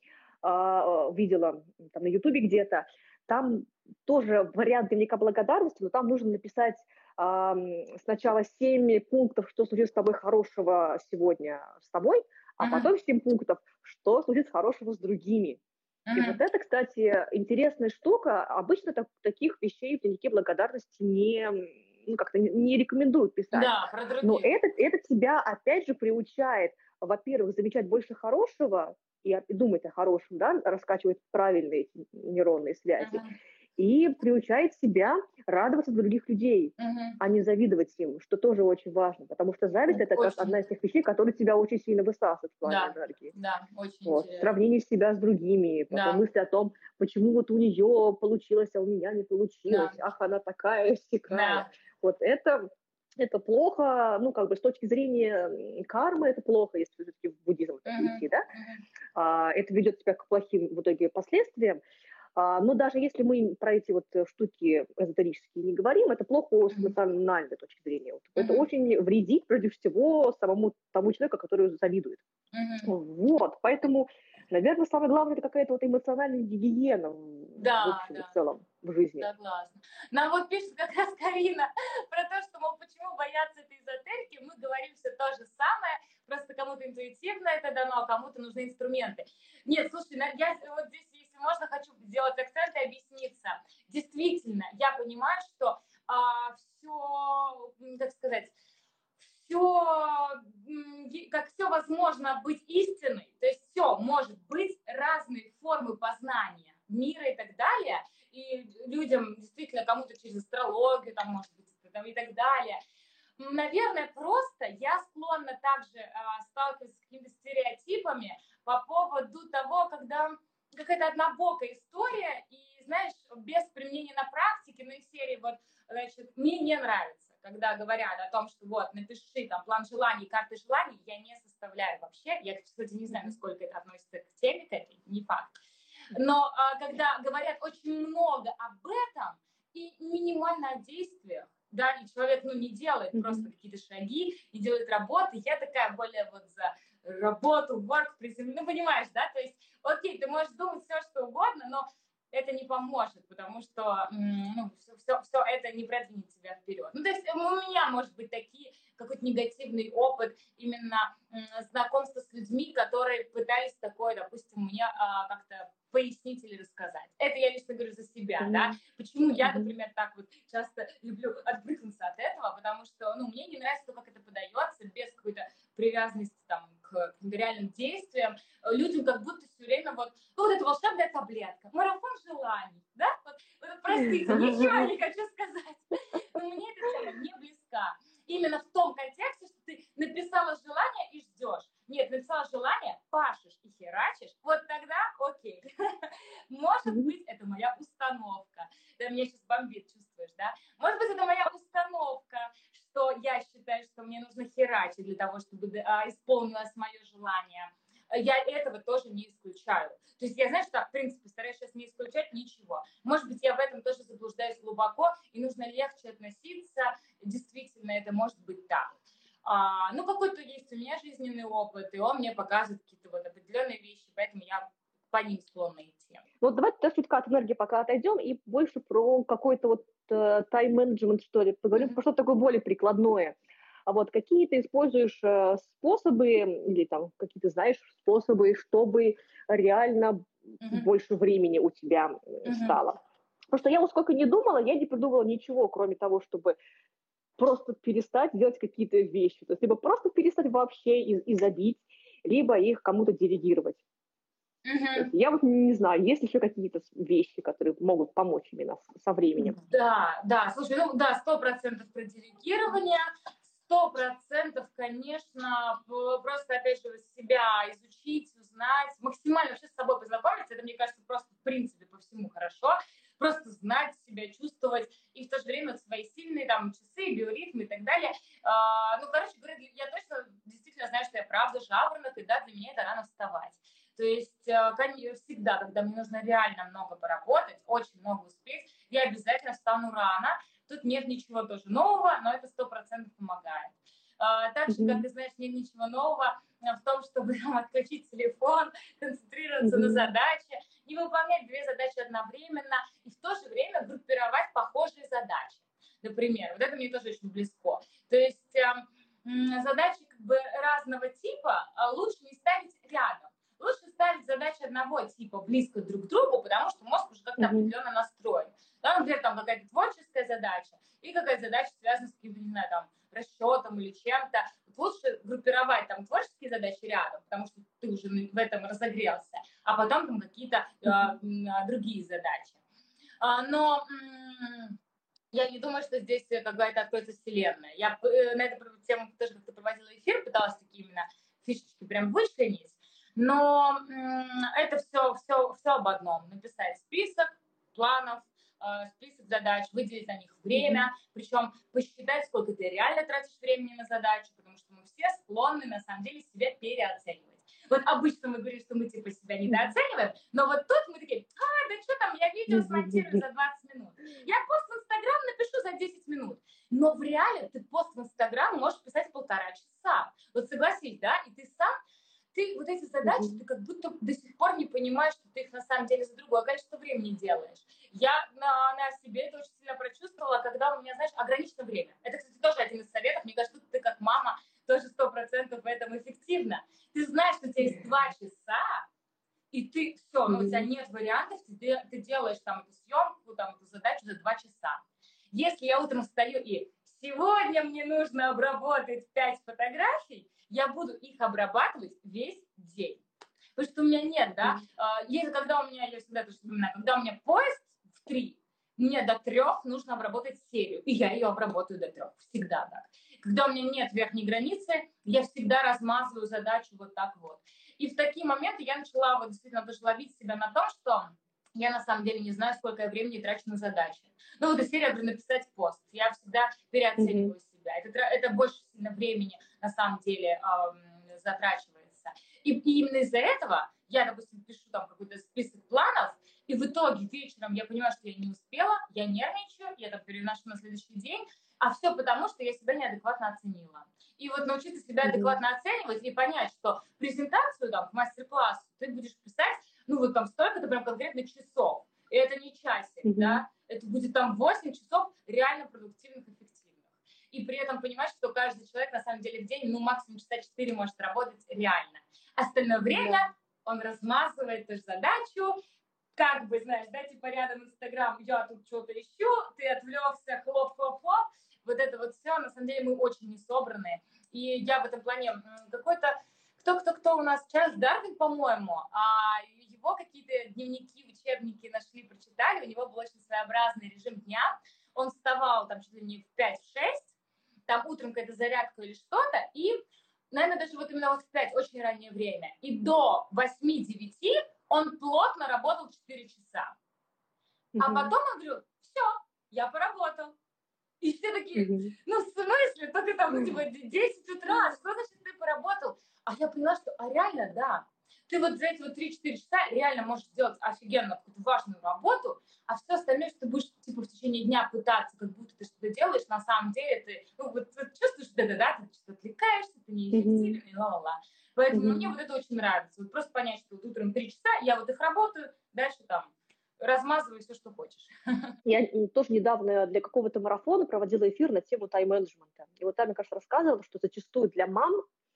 а, видела там, на Ютубе где-то. Там тоже вариант дневника благодарности, но там нужно написать а, сначала семь пунктов, что случилось с тобой хорошего сегодня с тобой, а uh-huh. потом семь пунктов, что случится хорошего с другими. Uh-huh. И вот это, кстати, интересная штука. Обычно так, таких вещей в дневнике благодарности не, ну, как-то не, не рекомендуют писать. Да, про других. Но это, это тебя, опять же, приучает, во-первых, замечать больше хорошего, и думать о хорошем, да, раскачивать правильные нейронные связи, uh-huh. и приучает себя радоваться других людей, uh-huh. а не завидовать им, что тоже очень важно, потому что зависть uh-huh. – это как одна из тех вещей, которые тебя очень сильно высасывают в плане да. энергии. Да, очень вот. Сравнение себя с другими, да. мысли о том, почему вот у нее получилось, а у меня не получилось, да. ах, она такая сякая. Да. Вот это... Это плохо, ну, как бы с точки зрения кармы это плохо, если все-таки в буддизм это идти, uh-huh. да? Uh-huh. А, это ведет тебя к плохим в итоге последствиям. А, но даже если мы про эти вот штуки эзотерические не говорим, это плохо с эмоциональной точки зрения. Вот. Uh-huh. Это очень вредит, прежде всего, самому тому человеку, который завидует. Uh-huh. Вот, поэтому, наверное, самое главное, это какая-то вот эмоциональная гигиена да, в общем да. в целом в жизни. Согласна. Нам вот пишет как раз Карина про то, что, мол, почему бояться этой эзотерики. Мы говорим все то же самое, просто кому-то интуитивно это дано, а кому-то нужны инструменты. Нет, слушай, я вот здесь, если можно, хочу сделать акцент и объясниться. Действительно, я понимаю, что а, все, как сказать, все, как все возможно быть истиной, то есть все может быть, разные формы познания мира и так далее, и людям действительно кому-то через астрологию, там, может быть, там, и так далее. Наверное, просто я склонна также э, сталкиваться с какими-то стереотипами по поводу того, когда какая-то однобокая история, и, знаешь, без применения на практике, ну, из серии, вот, значит, мне не нравится, когда говорят о том, что вот, напиши там план желаний, карты желаний, я не составляю вообще, я, кстати, не знаю, насколько это относится к теме, к этой, не факт. Но а, когда говорят очень много об этом и минимально о действиях, да, и человек, ну, не делает mm-hmm. просто какие-то шаги, не делает работы, я такая более вот за работу, work, приземление, ну, понимаешь, да, то есть, окей, ты можешь думать все, что угодно, но это не поможет, потому что ну, все, все, все это не продвинет тебя вперед. Ну, то есть у меня, может быть, такие, какой-то негативный опыт именно знакомства с людьми, которые пытались такое, допустим, мне а, как-то пояснить или рассказать. Это я лично говорю за себя, mm-hmm. да. Почему я, например, так вот часто люблю отбрыкнуться от этого, потому что, ну, мне не нравится то, как это подается, без какой-то привязанности там к реальным действиям. Людям как будто все время вот, ну, вот эта волшебная таблетка, марафон желаний, да? Вот, вот, простите, ничего не хочу сказать. Но мне эта тема не близка. Именно в том контексте, что ты написала желание и ждешь. Нет, написала желание, пашешь и херачишь, вот тогда окей. Может быть, это моя установка. Да, меня сейчас бомбит, чувствуешь, да? Может быть, это моя установка, что я считаю, что мне нужно херачить для того, чтобы а, исполнилось мое желание. Я этого тоже не исключаю. То есть я, знаешь, что, в принципе, стараюсь сейчас не исключать ничего. Может быть, я в этом тоже заблуждаюсь глубоко, и нужно легче относиться. Действительно, это может быть так. А, ну, какой-то есть у меня жизненный опыт, и он мне показывает какие-то вот определенные вещи, поэтому я по ним склонна идти. Вот давайте чутка от энергии пока отойдем и больше про какой-то вот э, тайм-менеджмент, что ли, поговорим mm-hmm. про что-то такое более прикладное. А вот какие ты используешь э, способы, или там какие-то знаешь способы, чтобы реально mm-hmm. больше времени у тебя mm-hmm. стало? Потому что я вот сколько не думала, я не придумала ничего, кроме того, чтобы просто перестать делать какие-то вещи. То есть либо просто перестать вообще и, и забить, либо их кому-то делегировать. Uh-huh. Я вот не знаю, есть ли еще какие-то вещи, которые могут помочь именно со временем. Да, да, слушай, ну да, сто процентов про делегирование, сто процентов, конечно, просто, опять же, себя изучить, узнать, максимально вообще с собой познакомиться, это, мне кажется, просто в принципе по всему хорошо, просто знать себя, чувствовать, и в то же время свои сильные там часы, биоритмы и так далее. А, ну, короче говоря, я точно действительно знаю, что я правда жаворонок, и да, для меня это рано вставать. То есть всегда, когда мне нужно реально много поработать, очень много успеть, я обязательно встану рано. Тут нет ничего тоже нового, но это сто процентов помогает. Так же, как ты знаешь, нет ничего нового в том, чтобы там, отключить телефон, концентрироваться mm-hmm. на задаче, не выполнять две задачи одновременно и в то же время группировать похожие задачи. Например, вот это мне тоже очень близко. То есть э, задачи как бы разного типа лучше не ставить рядом. Лучше ставить задачи одного типа близко друг к другу, потому что мозг уже как-то определенно настроен. Да, например, там какая-то творческая задача и какая-то задача связана с каким-то, не знаю, там, расчетом или чем-то. Вот лучше группировать там творческие задачи рядом, потому что ты уже в этом разогрелся, а потом там какие-то э, другие задачи. А, но м- я не думаю, что здесь какая-то откроется вселенная. Я э, на эту тему тоже как-то проводила эфир, пыталась такие именно фишечки прям вычленить. Но м- это все, все, все об одном. Написать список планов, э, список задач, выделить на них время, mm-hmm. причем посчитать, сколько ты реально тратишь времени на задачу, потому что мы все склонны, на самом деле, себя переоценивать. Вот обычно мы говорим, что мы типа себя недооцениваем, но вот тут мы такие, а, да что там, я видео смонтирую за двадцать минут. Я пост в Инстаграм напишу за десять минут. Но в реале ты пост в Инстаграм можешь писать полтора часа. Вот согласись, да, и ты сам ты вот эти задачи, mm-hmm. ты как будто до сих пор не понимаешь, что ты их на самом деле за другое количество времени делаешь. Я на, на себе это очень сильно прочувствовала, когда у меня, знаешь, ограничено время. Это, кстати, тоже один из советов. Мне кажется, ты как мама тоже сто процентов в этом эффективна. Ты знаешь, что у тебя есть два часа, и ты все, ну, у тебя нет вариантов, ты, ты делаешь там эту съемку, там эту задачу за два часа. Если я утром встаю и сегодня мне нужно обработать пять фотографий, я буду их обрабатывать весь день. Потому что у меня нет, да, mm-hmm. если когда у меня, я всегда тоже вспоминаю, когда у меня поезд в три, мне до трех нужно обработать серию, и я ее обработаю до трех, всегда так. Когда у меня нет верхней границы, я всегда размазываю задачу вот так вот. И в такие моменты я начала вот действительно тоже ловить себя на том, что я на самом деле не знаю, сколько я времени трачу на задачи. Ну вот из серии, например, написать пост. Я всегда переоцениваю mm-hmm. себя. Это, это больше сильно времени на самом деле эм, затрачивается. И, и именно из-за этого я, допустим, пишу там какой-то список планов, и в итоге вечером я понимаю, что я не успела, я нервничаю, я там переношу на следующий день, а все потому, что я себя неадекватно оценила. И вот научиться себя адекватно mm-hmm. оценивать и понять, что презентацию там, к мастер-классу ты будешь писать, ну вот там столько-то прям конкретно часов. И это не часик, mm-hmm. да, это будет там восемь часов реально продуктивных, эффективных. И при этом понимать, что каждый человек на самом деле в день, ну, максимум часа четыре может работать реально. Остальное время yeah. он размазывает эту задачу, как бы, знаешь, да, типа рядом Инстаграм, я тут что-то ищу, ты отвлекся, хлоп-хлоп-хлоп, вот это вот все, на самом деле мы очень несобранные. И я в этом плане какой-то, кто-кто-кто у нас, Чарльз Дарвин, по-моему, а его какие-то дневники, учебники нашли, прочитали, у него был очень своеобразный режим дня, он вставал там чуть ли не в пять-шесть, там утром какая-то зарядка или что-то, и, наверное, даже вот именно вот в пять, очень раннее время, и до восьми-девяти он плотно работал четыре часа. Mm-hmm. А потом он говорил, все, я поработал. И все такие, mm-hmm. ну, в смысле, то ты там, ну, типа, десять утра, что значит ты поработал? А я поняла, что, а реально, да, ты вот за эти вот три-четыре часа реально можешь сделать офигенно какую-то важную работу, а все остальное, что ты будешь, типа, в течение дня пытаться, как будто ты что-то делаешь, на самом деле ты, ну, вот, вот чувствуешь, да-да-да, ты что-то отвлекаешься, ты неэффективен, и ла-ла-ла. Поэтому mm-hmm. мне вот это очень нравится. Вот просто понять, что вот утром три часа, я вот их работаю, дальше там размазывай все, что хочешь. Я тоже недавно для какого-то марафона проводила эфир на тему тайм-менеджмента. И вот там, мне кажется, рассказывала, что зачастую для мам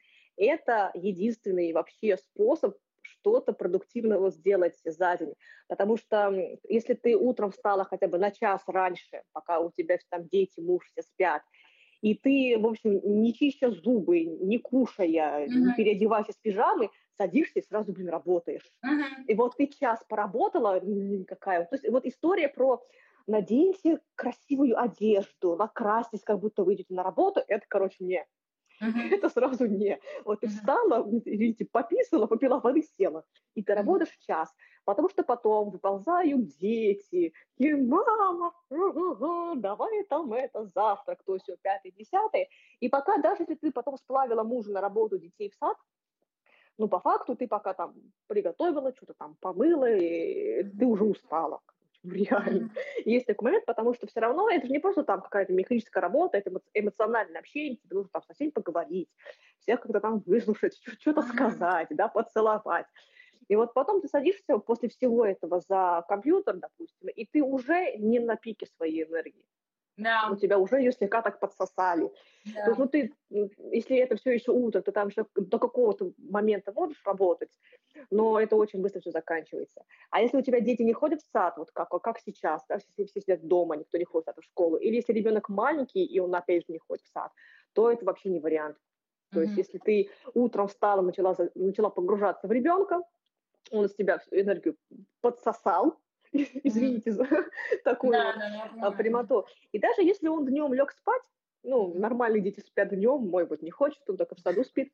это единственный вообще способ что-то продуктивного сделать за день. Потому что если ты утром встала хотя бы на час раньше, пока у тебя там дети, муж все спят, и ты, в общем, не чища зубы, не кушая, mm-hmm. не переодеваясь из пижамы, садишься и сразу, блин, работаешь. Mm-hmm. И вот ты час поработала, какая. То есть вот история про наденьте красивую одежду, накрасьтесь, как будто вы идете на работу, это, короче, не. Uh-huh. Это сразу не. Вот ты uh-huh. встала, извините, пописала, попила воды, села. И ты uh-huh. работаешь час. Потому что потом выползают дети. И мама, у-у-у, давай там это завтрак, то все, пятый, десятый. И пока, даже если ты потом сплавила мужа на работу, детей в сад, ну, по факту ты пока там приготовила, что-то там помыла, и uh-huh. ты уже устала. Реально. Mm-hmm. Есть такой момент, потому что все равно это же не просто там какая-то механическая работа, это эмоциональное общение, тебе нужно там со всеми поговорить, всех как-то там выслушать, что-то mm-hmm. сказать, да, поцеловать. И вот потом ты садишься после всего этого за компьютер, допустим, и ты уже не на пике своей энергии. Да. У тебя уже ее слегка так подсосали. Да. То есть, ну, ты, если это все еще утро, ты там еще до какого-то момента можешь работать, но это очень быстро все заканчивается. А если у тебя дети не ходят в сад, вот как, как сейчас, да, если все сидят дома, никто не ходит в школу, или если ребенок маленький, и он опять же не ходит в сад, то это вообще не вариант. То mm-hmm. есть если ты утром встала, начала, начала погружаться в ребенка, он из тебя всю энергию подсосал, извините за такую да, вот да, прямоту. И даже если он днем лег спать, ну, нормальные дети спят днем, мой вот не хочет, он только в саду спит,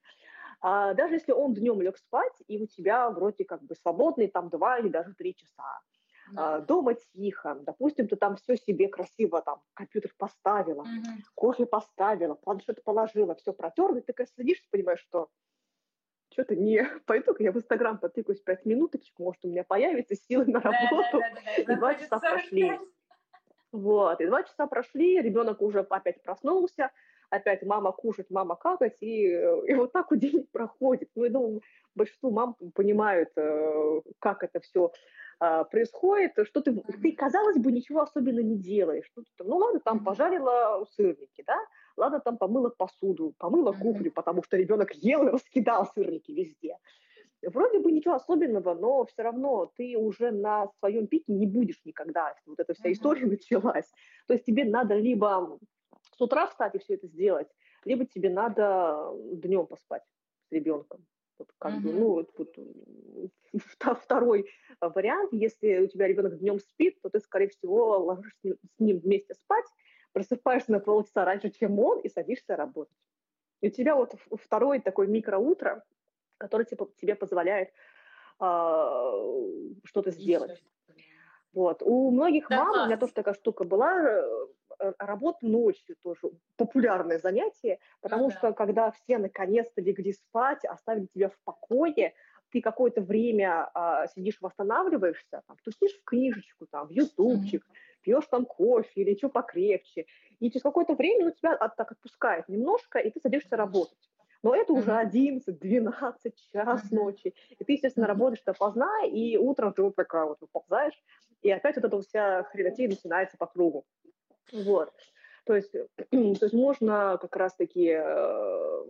а даже если он днем лег спать, и у тебя вроде как бы свободные там два или даже три часа, да. а, дома тихо, допустим, ты там все себе красиво, там, компьютер поставила, угу. кофе поставила, планшет положила, все протерла, и ты такая садишься, понимаешь, что что-то не, пойду-ка я в Инстаграм потыкаюсь пять минуточек, может, у меня появится силы на работу. Да, да, да, да. И два часа прошли. Вот, и два часа прошли, ребенок уже опять проснулся, опять мама кушать, мама какать, и, и вот так вот день проходит. Ну, я думаю, большинство мам понимают, как это все происходит, что ты, ты, казалось бы, ничего особенно не делаешь. Ну, ну ладно, там пожарила сырники, да, ладно, там помыла посуду, помыла кухню, потому что ребенок ел и раскидал сырники везде. Вроде бы ничего особенного, но все равно ты уже на своем пике не будешь никогда, если вот эта вся история началась. То есть тебе надо либо с утра встать и все это сделать, либо тебе надо днем поспать с ребенком. Вот как uh-huh. бы, ну, вот, вот, второй вариант, если у тебя ребенок днем спит, то ты, скорее всего, ложишься с ним, с ним вместе спать, просыпаешься на полчаса раньше, чем он, и садишься работать. И у тебя вот второе такое микроутро, которое типа, тебе позволяет э, что-то сделать. Вот. У многих да, мам, класс. У меня тоже такая штука была, работа ночью тоже популярное занятие, потому ага. что когда все наконец-то легли спать, оставили тебя в покое, ты какое-то время а, сидишь, восстанавливаешься, там, тусишь в книжечку, там, в ютубчик, mm-hmm. пьешь там кофе или что покрепче, и через какое-то время ну, тебя от, так отпускает немножко, и ты садишься работать. Но это mm-hmm. уже одиннадцать, двенадцать, час mm-hmm. ночи, и ты, естественно, mm-hmm. работаешь допоздна, и утром ты вот такая вот выползаешь и опять вот эта вся хренотень начинается по кругу. Вот. То есть, то есть можно как раз-таки... Э,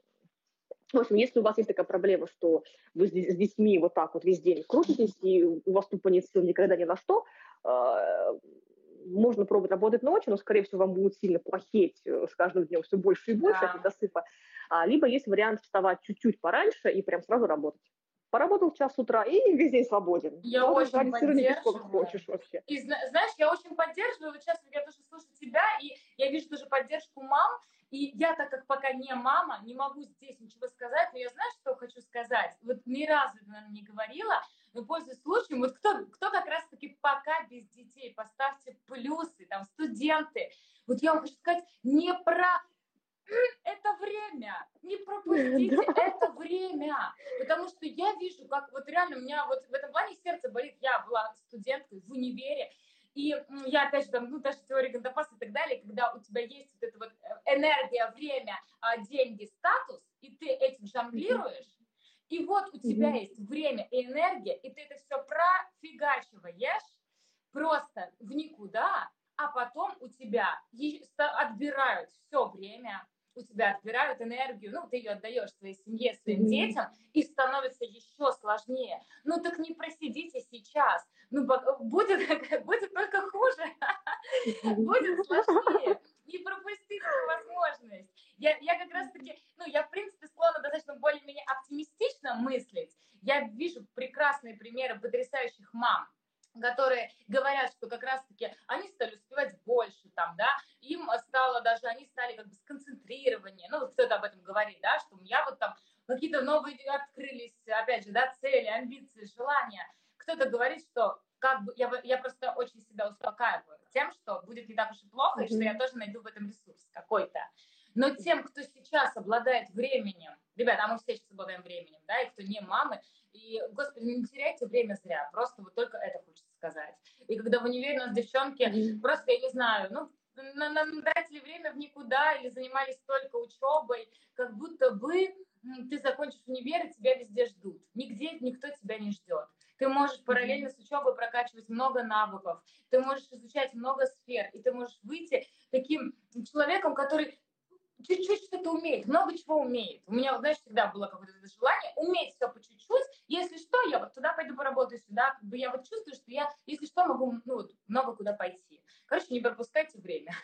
в общем, если у вас есть такая проблема, что вы с, с детьми вот так вот весь день крутитесь, и у вас тупо нет сил никогда ни на что, э, можно пробовать работать ночью, но, скорее всего, вам будет сильно плохеть с каждым днем все больше и больше от недосыпа. А, либо есть вариант вставать чуть-чуть пораньше и прям сразу работать. Поработал в час утра и весь день свободен. Я Можешь очень поддерживаю. сколько хочешь вообще. И знаешь, я очень поддерживаю. Вот сейчас я тоже слышу тебя, и я вижу тоже поддержку мам. И я, так как пока не мама, не могу здесь ничего сказать, но я знаю, что хочу сказать. Вот ни разу, наверное, не говорила, но пользуясь случаем, вот кто, кто как раз-таки пока без детей, поставьте плюсы, там, студенты. Вот я вам хочу сказать, не про... Это время, не пропустите это время, потому что я вижу, как вот реально у меня вот в этом плане сердце болит. Я была студенткой в универе, и я опять же там, ну, даже теория Гандапаса и так далее, когда у тебя есть вот эта вот энергия, время, деньги, статус, и ты этим жонглируешь, и вот у тебя mm-hmm. есть время и энергия, и ты это все профигачиваешь просто в никуда, а потом у тебя отбирают все время, у тебя отбирают энергию, ну, ты ее отдаешь своей семье, своим mm-hmm. детям, и становится еще сложнее. Ну, так не просидите сейчас. Ну, будет, будет только хуже. Будет сложнее. Не пропустите эту возможность. Я, я как раз-таки, ну, я, в принципе, склонна достаточно более-менее оптимистично мыслить. Я вижу прекрасные примеры потрясающих мам, которые говорят, что как раз-таки они стали успевать больше, там, да, им стало даже, они стали как бы сконцентрирование, ну, вот кто-то об этом говорит, да, что у меня вот там какие-то новые открылись, опять же, да, цели, амбиции, желания. Кто-то говорит, что как бы, я, я просто очень себя успокаиваю тем, что будет не так уж и плохо, mm-hmm. и что я тоже найду в этом ресурс какой-то. Но тем, кто сейчас обладает временем, ребята, а мы все сейчас обладаем временем, да, и кто не мамы, и, господи, не теряйте время зря, просто вот только это хочется сказать. И когда в универе у нас девчонки, mm-hmm. просто, я не знаю, ну, на, на, тратили время в никуда или занимались только учебой, как будто бы ты закончишь универ, и тебя везде ждут. Нигде никто тебя не ждет. Ты можешь параллельно с учебой прокачивать много навыков, ты можешь изучать много сфер, и ты можешь выйти таким человеком, который чуть-чуть что-то умеет, много чего умеет. У меня, вот, знаешь, всегда было какое-то желание уметь все по чуть-чуть. Если что, я вот туда пойду поработаю, сюда. Как бы я вот чувствую, что я, если что, могу, ну, вот, много куда пойти. Короче, не пропускайте время.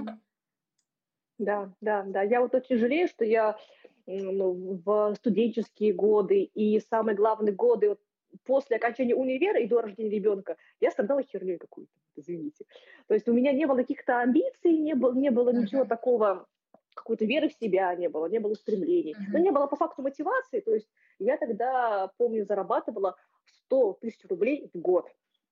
Да, да, да. Я вот очень жалею, что я ну, в студенческие годы и самые главные годы вот, после окончания универа и до рождения ребенка я страдала херней какой-то, извините. То есть у меня не было каких-то амбиций, не было, не было ничего uh-huh. такого, какой-то веры в себя не было, не было стремлений. Uh-huh. Но не было по факту мотивации. То есть я тогда, помню, зарабатывала сто тысяч рублей в год.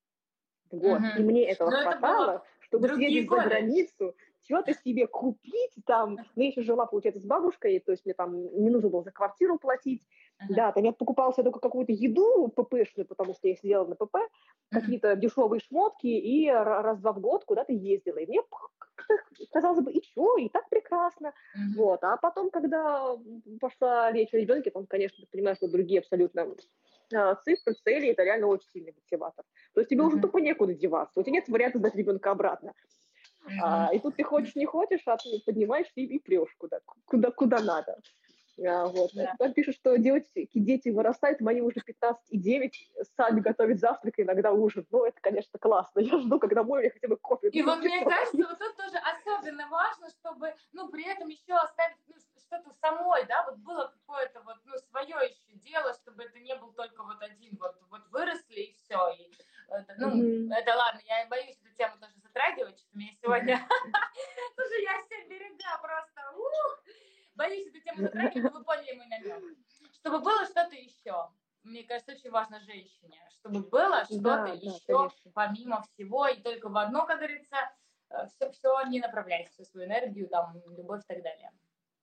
В год. Uh-huh. И мне этого Но хватало, это чтобы съездить за границу, чего-то себе купить там. Я еще жила, получается, с бабушкой, то есть мне там не нужно было за квартиру платить. Uh-huh. Да, там я покупала себе только какую-то еду ППшную, потому что я сидела на ПП, uh-huh. какие-то дешевые шмотки, и раз-два в год куда-то ездила. И мне казалось бы, и что, и так прекрасно. Uh-huh. Вот. А потом, когда пошла речь о ребенке, там, конечно, ты понимаешь, что другие абсолютно цифры, цели, это реально очень сильный мотиватор. То есть тебе uh-huh. уже тупо некуда деваться, у тебя нет варианта сдать ребенка обратно. Uh-huh. А, и тут ты хочешь, не хочешь, а ты поднимаешься и, и прешь куда, куда, куда надо. А, вот. Yeah. Там пишут, что девочки, дети вырастают, мои уже пятнадцать и девять, сами готовят завтрак, иногда ужин. Ну, это, конечно, классно. Я жду, когда мой хотя бы кофе. И вот мне кажется, вот тут тоже особенно важно, чтобы, ну, при этом еще оставить ну, что-то самой, да, вот было какое-то вот, ну, свое еще дело, чтобы это не был только вот один, вот, вот выросли и все. И, это, ну, mm-hmm. это ладно, я боюсь эту тему тоже затрагивать, что меня сегодня... Слушай, я все берега просто... Боюсь эту тему затрагивать, но вы поняли мой намек. Чтобы было что-то еще. Мне кажется, очень важно женщине, чтобы было что-то да, еще, да, помимо всего, и только в одно, как говорится, все, все не направлять, всю свою энергию, там, любовь и так далее.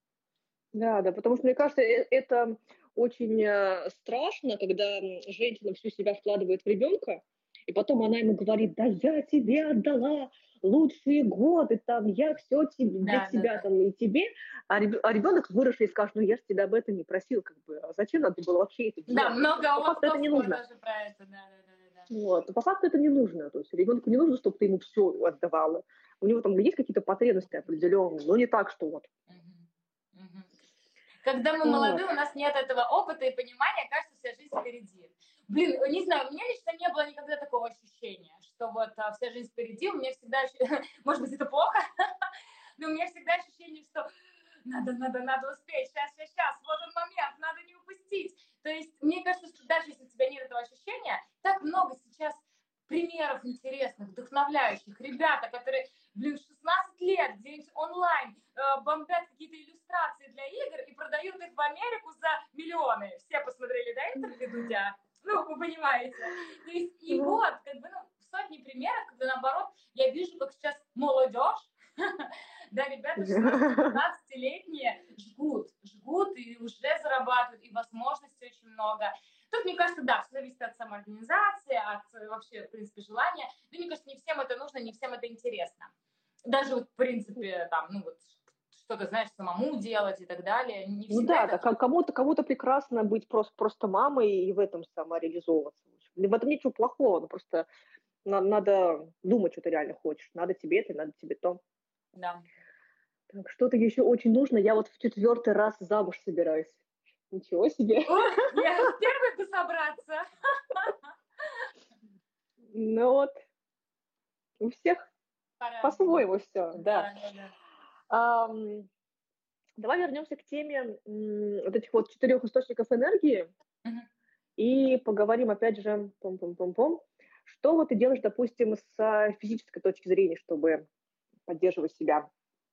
Да, да, потому что, мне кажется, это очень страшно, когда женщина всю себя вкладывает в ребенка, и потом она ему говорит, да я тебе отдала лучшие годы, там, я все тебе, для да, тебя, да, там, и тебе, а ребенок выросший скажет, ну, я же тебя об этом не просил, как бы, а зачем надо было вообще это делать? Да, много опытов тоже про это, да, да, да, да. Вот. Но по факту это не нужно. То есть ребенку не нужно, чтобы ты ему все отдавала. У него там есть какие-то потребности определенные, но не так, что вот. Мгм. Мгм. Когда мы Вот. молоды, у нас нет этого опыта и понимания, кажется, вся жизнь впереди. Блин, не знаю, у меня лично не было никогда такого ощущения, что вот а, вся жизнь впереди. У меня всегда, ощущ- может быть, это плохо, но у меня всегда ощущение, что надо, надо, надо успеть, сейчас, сейчас, сейчас, вот он момент, надо не упустить. То есть мне кажется, что даже если у тебя нет этого ощущения, так много сейчас примеров интересных, вдохновляющих. Ребята, которые, блин, шестнадцать лет, где-нибудь онлайн э, бомбят какие-то иллюстрации для игр и продают их в Америку за миллионы. Все посмотрели, да, интервью Дудя? Ну, вы понимаете. То есть, и Мгм. вот, как бы, ну, сотни примеров, когда, наоборот, я вижу, как сейчас молодежь, да, ребята шестнадцати-девятнадцатилетние жгут, жгут и уже зарабатывают, и возможностей очень много. Тут, мне кажется, да, все зависит от самоорганизации, от э, вообще, в принципе, желания. Но мне кажется, не всем это нужно, не всем это интересно. Даже вот, в принципе, там, ну вот, что-то, знаешь, самому делать и так далее. Не Ну всегда да, это... так, а кому-то, кому-то прекрасно быть просто, просто мамой и в этом самореализовываться. В этом ничего плохого, но просто на- надо думать, что ты реально хочешь. Надо тебе это, надо тебе то. Да. Так, что-то еще очень нужно. Я вот в четвертый раз замуж собираюсь. Ничего себе. Ух, я в первый бы собраться. Ну вот, у всех По-разному. по-своему все, да. Да, да, да. Ам, давай вернемся к теме м, вот этих вот четырех источников энергии Мгм. и поговорим опять же, пом-пом-пом-пом, что вот ты делаешь, допустим, с а, физической точки зрения, чтобы поддерживать себя.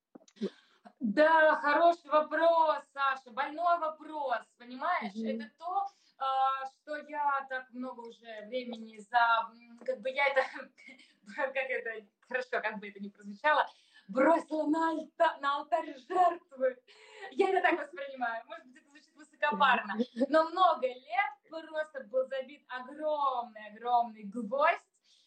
Да, хороший вопрос, Саша, больной вопрос, понимаешь? Мгм. Это то, а, что я так много уже времени за, м, как бы я это, как это, хорошо, как бы это ни прозвучало, бросила на, альта- на алтарь жертвы. Я это так воспринимаю, может быть, это звучит высокопарно, но много лет просто был забит огромный-огромный гвоздь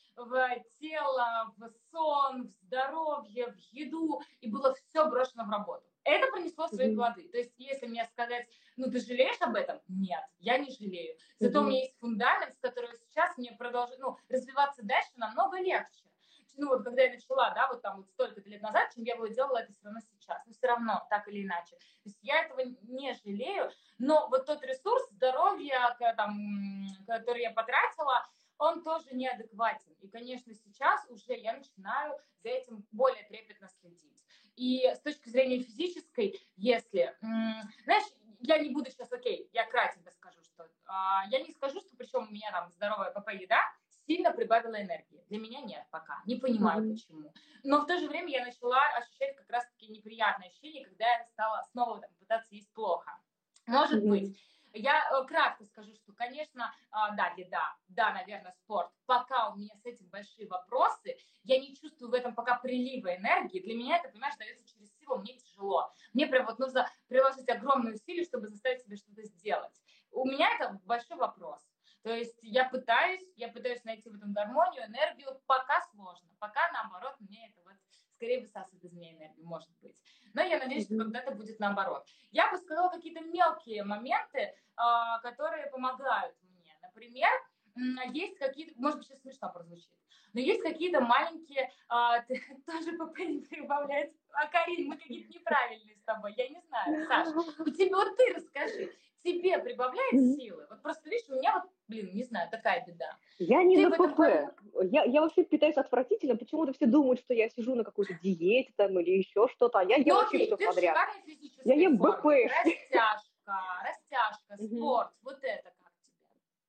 в тело, в сон, в здоровье, в еду, и было все брошено в работу. Это принесло свои Мгм. плоды. То есть, если мне сказать, ну, ты жалеешь об этом? Нет, я не жалею. Зато у Мгм. меня есть фундамент, с которого сейчас мне продолжать, ну, развиваться дальше намного легче. Ну, вот когда я начала, да, вот там вот столько лет назад, чем я бы делала это все равно сейчас. Но все равно, так или иначе. То есть я этого не жалею, но вот тот ресурс здоровья, там, который я потратила, он тоже неадекватен. И, конечно, сейчас уже я начинаю за этим более трепетно следить. И с точки зрения физической, если, знаешь, я не буду сейчас, окей, я кратенько скажу, что а, я не скажу, что причем у меня там здоровая ПП-еда сильно прибавила энергии. Для меня нет пока, не понимаю Мгм. почему. Но в то же время я начала ощущать как раз-таки неприятное ощущение, когда я стала снова там, пытаться есть плохо. Может Мгм. быть. Я э, кратко скажу, что, конечно, э, да, еда, да, наверное, спорт. Пока у меня с этим большие вопросы, я не чувствую в этом пока прилива энергии. Для меня это, понимаешь, дается через силу, мне тяжело. Мне прям вот нужно приложить огромные усилия, чтобы заставить себя что-то сделать. У меня это большой вопрос. То есть я пытаюсь, я пытаюсь найти в этом гармонию, энергию. Пока сложно, пока, наоборот, мне это вот скорее высасывает из меня энергию, может быть. Но я надеюсь, что Мгм. когда-то будет наоборот. Я бы сказала какие-то мелкие моменты, а, которые помогают мне. Например, м, есть какие-то, может быть, сейчас смешно прозвучит, но есть какие-то маленькие, а, ты тоже ПП не прибавлять. А, Карин, мы какие-то неправильные с тобой, я не знаю. Саш, у тебя, вот ты расскажи, тебе прибавляет Мгм. силы? Вот просто, видишь, у меня вот, блин, не знаю, такая беда. Я не Ты на в этом ПП. плане... Я, я вообще питаюсь отвратительно. Почему-то все думают, что я сижу на какой-то диете там или еще что-то. А я ем Ну вообще окей, все ты в подряд. шикарной Я физической ем форме. БПшки. Растяжка, растяжка, Мгм. спорт, вот это как тебе?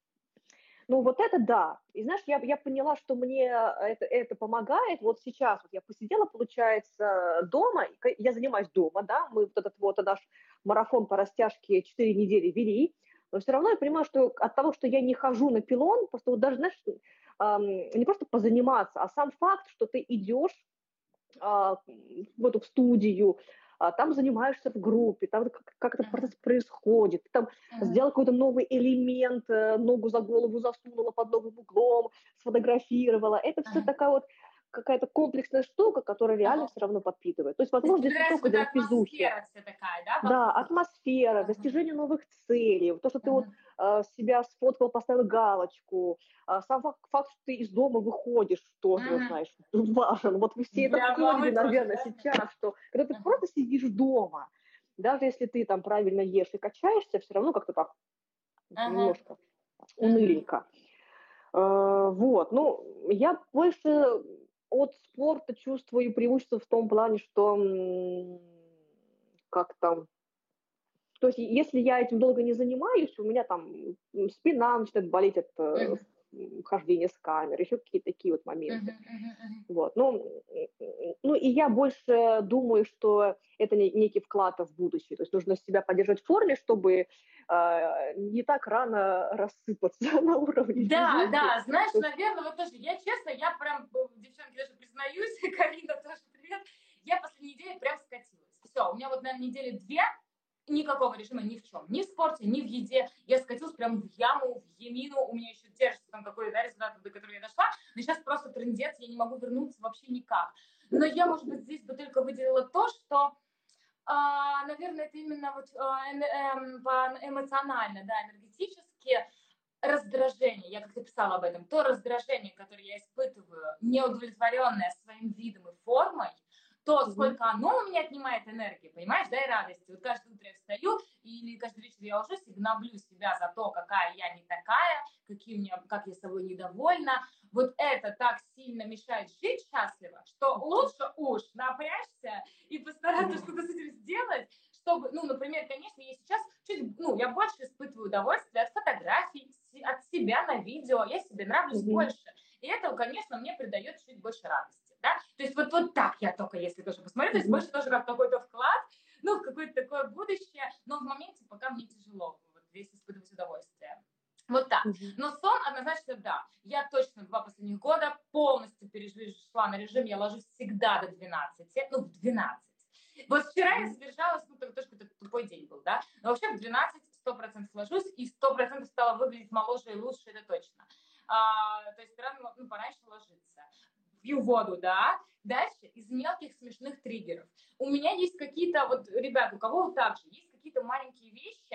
Ну, вот это да. И знаешь, я, я поняла, что мне это, это помогает. Вот сейчас вот я посидела, получается, дома. и ка- Я занимаюсь дома, да. Мы вот этот вот наш марафон по растяжке четыре недели вели. Но все равно я понимаю, что от того, что я не хожу на пилон, просто вот даже, знаешь, ам, не просто позаниматься, а сам факт, что ты идешь а, в эту в студию, а, там занимаешься в группе, там как, как этот Мгм, процесс происходит, ты там мгм, сделал какой-то новый элемент, э, ногу за голову засунула под новым углом, сфотографировала. Это все мгм. такая вот какая-то комплексная штука, которая реально Ага. все равно подпитывает. То есть, возможно, Тебе здесь не нравится только вот эта дело физухи. атмосфера вся такая, да, Да, вокруг? атмосфера, Ага. достижение новых целей, вот то, что ты вот Ага. э, себя сфоткал, поставил галочку, а сам факт, факт, что ты из дома выходишь, тоже, Ага. знаешь, важен. Вот вы все это Для поняли, мамы тоже, наверное, да? сейчас, что когда ты Ага. просто сидишь дома, даже если ты там правильно ешь и качаешься, все равно как-то так Ага. немножко Мгм. уныленько. Э, Вот, ну, я больше от спорта чувствую преимущество в том плане, что м, как там, то есть если я этим долго не занимаюсь, у меня там м, спина начинает болеть от э, Мгм. м, хождения с камерой, еще какие-то такие вот моменты. Мгм. Мгм. Мгм. Вот. Ну, м, ну, и я больше думаю, что это не- некий вклад в будущее. То есть нужно себя поддерживать в форме, чтобы э, не так рано рассыпаться на уровне Да, физухи. да, знаешь, То есть, наверное, вот тоже, я честно, я прям, э, девчонки, даже признаюсь, Карина тоже привет, я после недели прям скатилась. Все, у меня вот, наверное, недели две никакого режима ни в чем, ни в спорте, ни в еде. Я скатилась прям в яму, в ямину, у меня еще держится там какой-то, да, результат, до которого я дошла, но сейчас просто трындец, я не могу вернуться вообще никак. Но я, может быть, здесь бы только выделила то, что а, наверное, это именно вот а, эм, эм, по- эмоционально, да, энергетически раздражение, я как-то писала об этом, то раздражение, которое я испытываю, неудовлетворенное своим видом и формой, то, мгм, сколько оно у меня отнимает энергии, понимаешь, да, и радости. Вот каждое утро я встаю, или каждый вечер я ложусь и гноблю себя за то, какая я не такая, какие у меня, как я собой недовольна. Вот это так сильно мешает жить счастливо, что лучше уж напрячься и постараться что-то с этим сделать, чтобы, ну, например, конечно, я сейчас чуть, ну, я больше испытываю удовольствие от фотографий, от себя на видео, я себе нравлюсь мгм, больше. И это, конечно, мне придает чуть больше радости, да. То есть вот, вот так я только, если тоже посмотрю, то есть мгм, больше тоже как какой-то вклад, ну, в какое-то такое будущее, но в моменте пока мне тяжело вот здесь испытывать удовольствие. Вот так. мгм, Но сон однозначно да. Я точно два последних года полностью перешла на режим, я ложусь всегда до двенадцати, ну, в двенадцать. Вот вчера я задержалась, ну, тоже какой-то тупой день был, да, но вообще в двенадцать сто процентов ложусь и сто процентов стала выглядеть моложе и лучше, это точно. А, то есть рано, ну, пораньше ложиться. Пью воду, да. Дальше из мелких смешных триггеров. У меня есть какие-то, вот, ребята, у кого также есть какие-то маленькие вещи,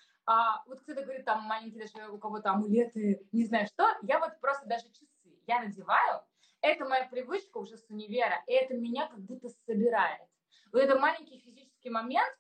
а, вот кто-то говорит, там маленькие даже у кого-то амулеты, не знаю что, я вот просто даже часы я надеваю, это моя привычка уже с универа, и это меня как будто собирает. Вот это маленький физический момент,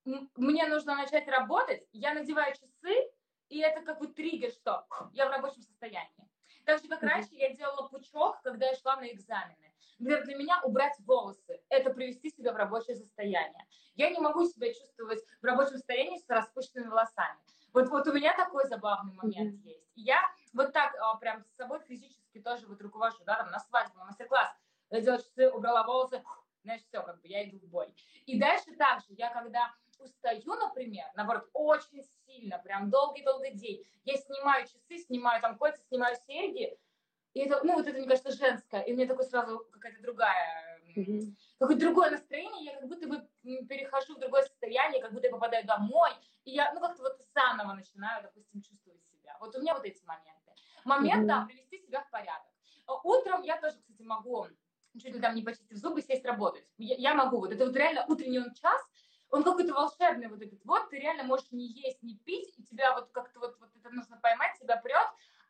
мне нужно начать работать, я надеваю часы, и это как бы триггер, что я в рабочем состоянии. Так же, как мгм, раньше я делала пучок, когда я шла на экзамены. Например, для меня убрать волосы – это привести себя в рабочее состояние. Я не могу себя чувствовать в рабочем состоянии с распущенными волосами. Вот, вот у меня такой забавный момент мгм, есть. Я вот так а, прям с собой физически тоже вот руковожу, да, там на свадьбу, на мастер-класс, я делала часы, убрала волосы, знаешь, все, как бы я иду в бой. И дальше также, я когда устаю, например, наоборот, очень сильно, прям долгий-долгий день, я снимаю часы, снимаю там кольца, снимаю серьги, и это, ну, вот это, мне кажется, женское. И у меня такое сразу какая-то другая, мгм, какое-то другое настроение. Я как будто бы перехожу в другое состояние, как будто я попадаю домой. И я, ну, как-то вот заново начинаю, допустим, чувствовать себя. Вот у меня вот эти моменты. Момент, да, мгм, привести себя в порядок. Утром я тоже, кстати, могу, чуть ли там не почистив зубы, сесть работать. Я, я могу. Вот это вот реально утренний он час, он какой-то волшебный вот этот вот. Ты реально можешь не есть, не пить, и тебя вот как-то вот, вот это нужно поймать, тебя прет.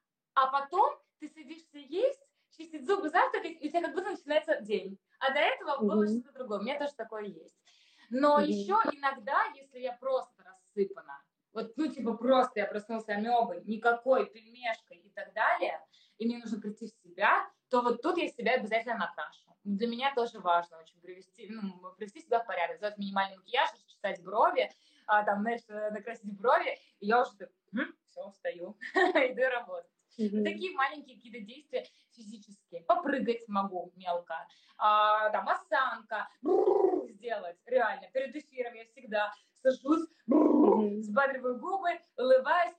А потом ты садишься есть, чистить зубы, завтракать, и у тебя как будто начинается день. А до этого было мгм, что-то другое. У меня тоже такое есть. Но еще мгм, иногда, если я просто рассыпана, вот, ну, типа, просто я проснулся амебой, никакой пельмешкой и так далее, и мне нужно прийти в себя, то вот тут я себя обязательно накрашу. Для меня тоже важно очень привести, ну, привести себя в порядок, сделать минимальный макияж, расчесать брови, а, там, знаешь, накрасить брови, и я уже так, м, все, встаю, иду работать. Вот мгм. такие маленькие какие-то действия физические. Попрыгать могу мелко, а, там, осанка, сделать, реально. Перед эфиром я всегда сажусь, Мгм. взбадриваю губы, улыбаюсь,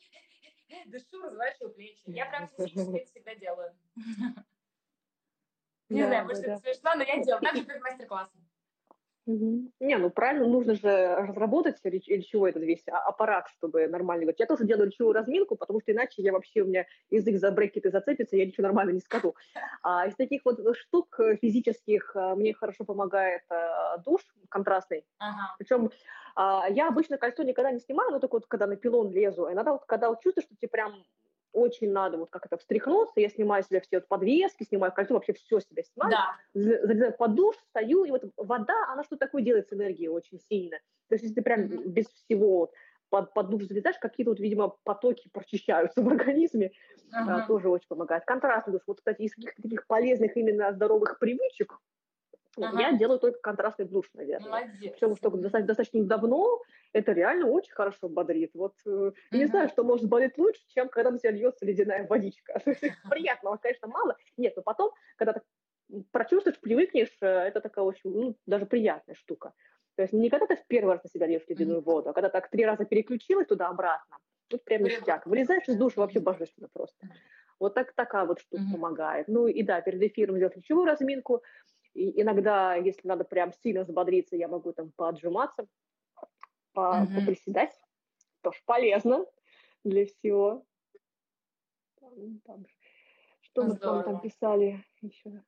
дышу, разворачиваю плечи. Я прям физически это всегда делаю. Не Да, знаю, да, может, это да. смешно, но я делаю. И, Так же, и- как мастер-классы. Мгм. Не, ну правильно, нужно же разработать реч- речевой этот весь а- аппарат, чтобы нормально говорить. Я тоже делаю речевую разминку, потому что иначе я вообще, у меня язык забрекет и зацепится, я ничего нормально не скажу. А из таких вот штук э, физических э, мне хорошо помогает э, душ контрастный. Ага. Причем а, я обычно кольцо никогда не снимаю, но только вот когда на пилон лезу. Иногда вот когда вот чувствую, что тебе прям очень надо вот как это встряхнуться, я снимаю себе все вот подвески, снимаю кольцо, вообще все себя снимаю, Да. за- залезаю под душ, встаю, и вот вода, она что такое делает с энергией очень сильно. То есть если ты прям Мгм. без всего вот под, под душ залезаешь, какие-то вот, видимо, потоки прочищаются в организме, а, Ага. тоже очень помогает. Контрастный душ. Вот, кстати, из каких-то таких полезных именно здоровых привычек я Ага. делаю только контрастный душ, наверное. Молодец. Причем что Мгм. достаточно, достаточно давно, это реально очень хорошо бодрит. Вот э, я не знаю, Мгм. что может болеть лучше, чем когда на тебя льется ледяная водичка. Приятного, конечно, мало. Нет, но потом, когда ты прочувствуешь, привыкнешь, э, это такая очень, ну, даже приятная штука. То есть не когда ты в первый раз на себя льешь ледяную Мгм. воду, а когда так три раза переключилась туда-обратно, тут прям ништяк. Вылезаешь из Привыкли. душа вообще Мгм. божественно просто. Вот так, такая вот штука Мгм. помогает. Ну и да, перед эфиром сделать речевую разминку. И иногда, если надо прям сильно взбодриться, я могу там поотжиматься, по- Мгм. поприседать. Тоже полезно для всего. Там- там Что мы вам там Здорово. писали еще?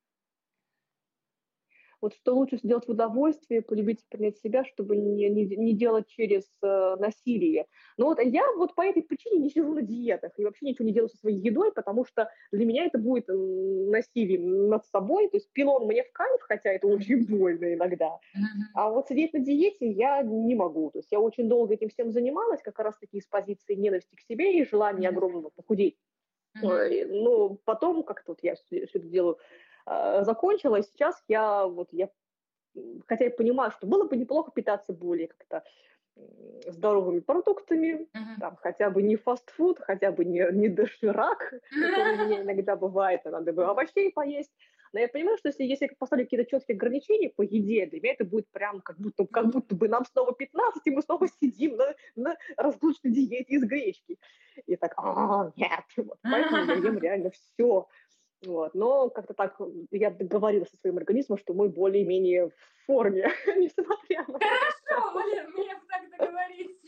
Вот что лучше сделать в удовольствии, полюбить и принять себя, чтобы не, не, не делать через э, насилие. Но вот я вот по этой причине не сижу на диетах и вообще ничего не делаю со своей едой, потому что для меня это будет м, насилием над собой. То есть пилон мне в кайф, хотя это очень больно иногда. Мгм. А вот сидеть на диете я не могу. То есть я очень долго этим всем занималась, как раз-таки из позиции ненависти к себе и желания Мгм. огромного похудеть. Мгм. Ой, ну, потом как-то вот я все это дело э, закончила, и сейчас я вот я, м, хотя я понимаю, что было бы неплохо питаться более как-то м, здоровыми продуктами, Мгм. там хотя бы не фастфуд, хотя бы не, не доширак, который у меня иногда бывает, а надо бы овощей поесть. Но я понимаю, что если, если я поставлю какие-то четкие ограничения по еде, для меня это будет прям как будто, как будто бы нам снова пятнадцать, и мы снова сидим на, на разлучной диете из гречки. И так, а, нет, вот, поэтому я ем реально все. Вот. Но как-то так я договорилась со своим организмом, что мы более-менее в форме, несмотря на этот Хорошо, проход. блин, мне бы так договориться.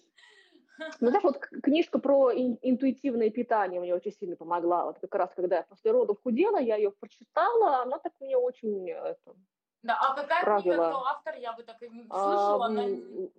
Ну, знаешь, вот к- книжка про ин- интуитивное питание мне очень сильно помогла. Вот как раз, когда я после родов худела, я ее прочитала, она так мне очень э, это, Да, а какая книга, вправила. кто автор? Я бы так и м- А, слышала, но... м, н-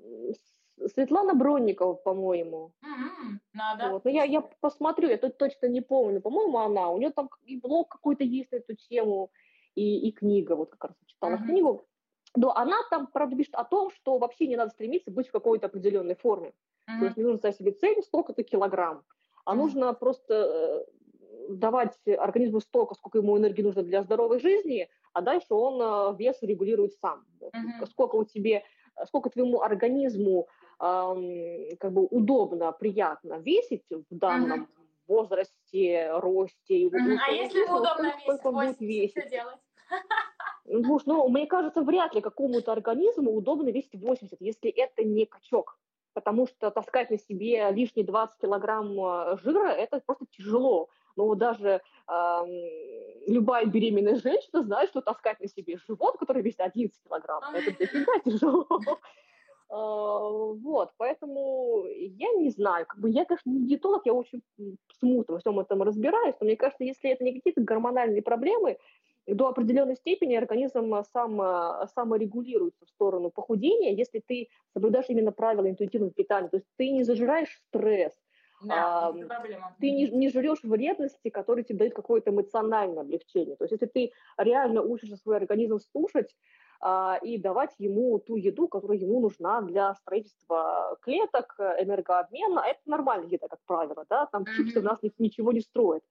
С- Светлана Бронникова, по-моему. М, Надо. Вот. Но я, я посмотрю, я тут точно не помню. По-моему, она. У нее там и блог какой-то есть на эту тему, и, и книга. Вот как раз читала Мгм. книгу. Но она там, правда, пишет о том, что вообще не надо стремиться быть в какой-то определенной форме. То Мгм. есть не нужно ставить себе цель столько-то килограмм, а Мгм. нужно просто э, давать организму столько, сколько ему энергии нужно для здоровой жизни, а дальше он э, вес регулирует сам. Вот. Мгм. Сколько у тебе, сколько твоему организму ам, как бы удобно, приятно весить в данном Мгм. возрасте, росте и Мгм. А условиях если жизни, ему вот удобно столько, весить сколько он будет восемьдесят, весить. что делать? Слушай, ну, мне кажется, вряд ли какому-то организму удобно весить восемьдесят, если это не качок. Потому что таскать на себе лишние двадцать килограмм э, жира – это просто тяжело. Ну, вот даже ам, любая беременная женщина знает, что таскать на себе живот, который весит одиннадцать килограмм, это дофига тяжело. А, Вот, поэтому я не знаю, как бы я, конечно, не диетолог, я очень м, смутно во всем этом разбираюсь, но мне кажется, если это не какие-то гормональные проблемы, до определенной степени организм а, сам а, саморегулируется в сторону похудения, если ты соблюдаешь именно правила интуитивного питания. То есть ты не зажираешь стресс, Да, а, это проблема. ты не, Мгм. не жрешь вредности, которые тебе дают какое-то эмоциональное облегчение. То есть если ты реально учишься свой организм слушать а, и давать ему ту еду, которая ему нужна для строительства клеток, э, энергообмена, это нормальная еда, как правило, да, там чипсы у Мгм. нас ни- ничего не строят,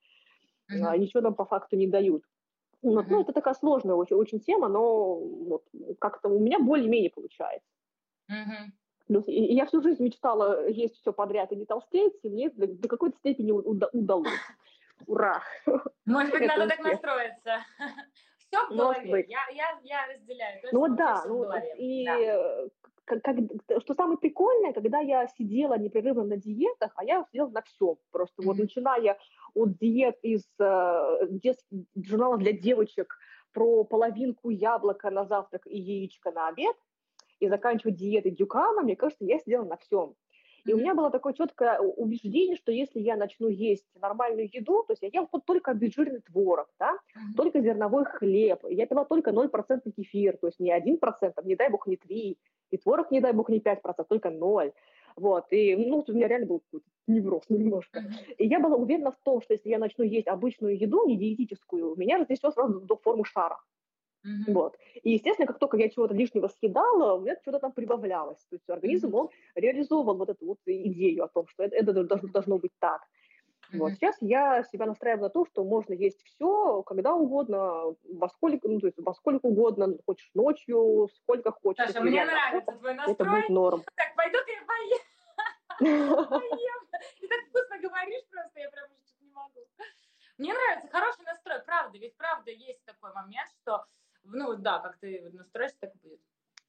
а, Мгм. ничего нам по факту не дают. Вот, ну, Мгм. это такая сложная очень, очень тема, но вот, как-то у меня более-менее получается. Мгм. Плюс, и, и я всю жизнь мечтала есть все подряд и не толстеть, и мне до, до какой-то степени уда- удалось. Ура! Может быть, Это надо так успех. настроиться. Все в Может голове. быть. Я, я, я разделяю Ну точно, вот вообще да, все в ну вот, голове. и Да. э, как, как- что самое прикольное, когда я сидела непрерывно на диетах, а я сидела на всем, просто вот Мгм. начиная от диет из э, детских журналов для девочек, про половинку яблока на завтрак и яичко на обед, и заканчивать диетой Дюкана, мне кажется, я сидела на всем. И mm-hmm. у меня было такое четкое убеждение, что если я начну есть нормальную еду, то есть я ела только обезжиренный творог, да, mm-hmm. только зерновой хлеб, я пила только ноль процентов кефир, то есть не один процент, не дай бог не три, и творог, не дай бог, не пять процентов, только ноль. Вот, и ну, у меня реально был какой-то невроз немножко. Mm-hmm. И я была уверена в том, что если я начну есть обычную еду, не диетическую, у меня разнесет сразу до формы шара. Mm-hmm. Вот. И, естественно, как только я чего-то лишнего съедала, у меня что-то там прибавлялось. То есть организм, mm-hmm. он реализовывал вот эту вот идею о том, что это, это должно, должно быть так. Mm-hmm. Вот. Сейчас я себя настраиваю на то, что можно есть все, когда угодно, во сколько, ну, то есть во сколько угодно, хочешь ночью, сколько хочешь. Саша, мне нравится твой настрой. Это будет норм. Так, пойду-ка я поем. Поем. Ты так вкусно говоришь просто, я прям чуть не могу. Мне нравится хороший настрой, правда. Ведь правда есть такой момент, что ну да, как ты настроишься, так и будет.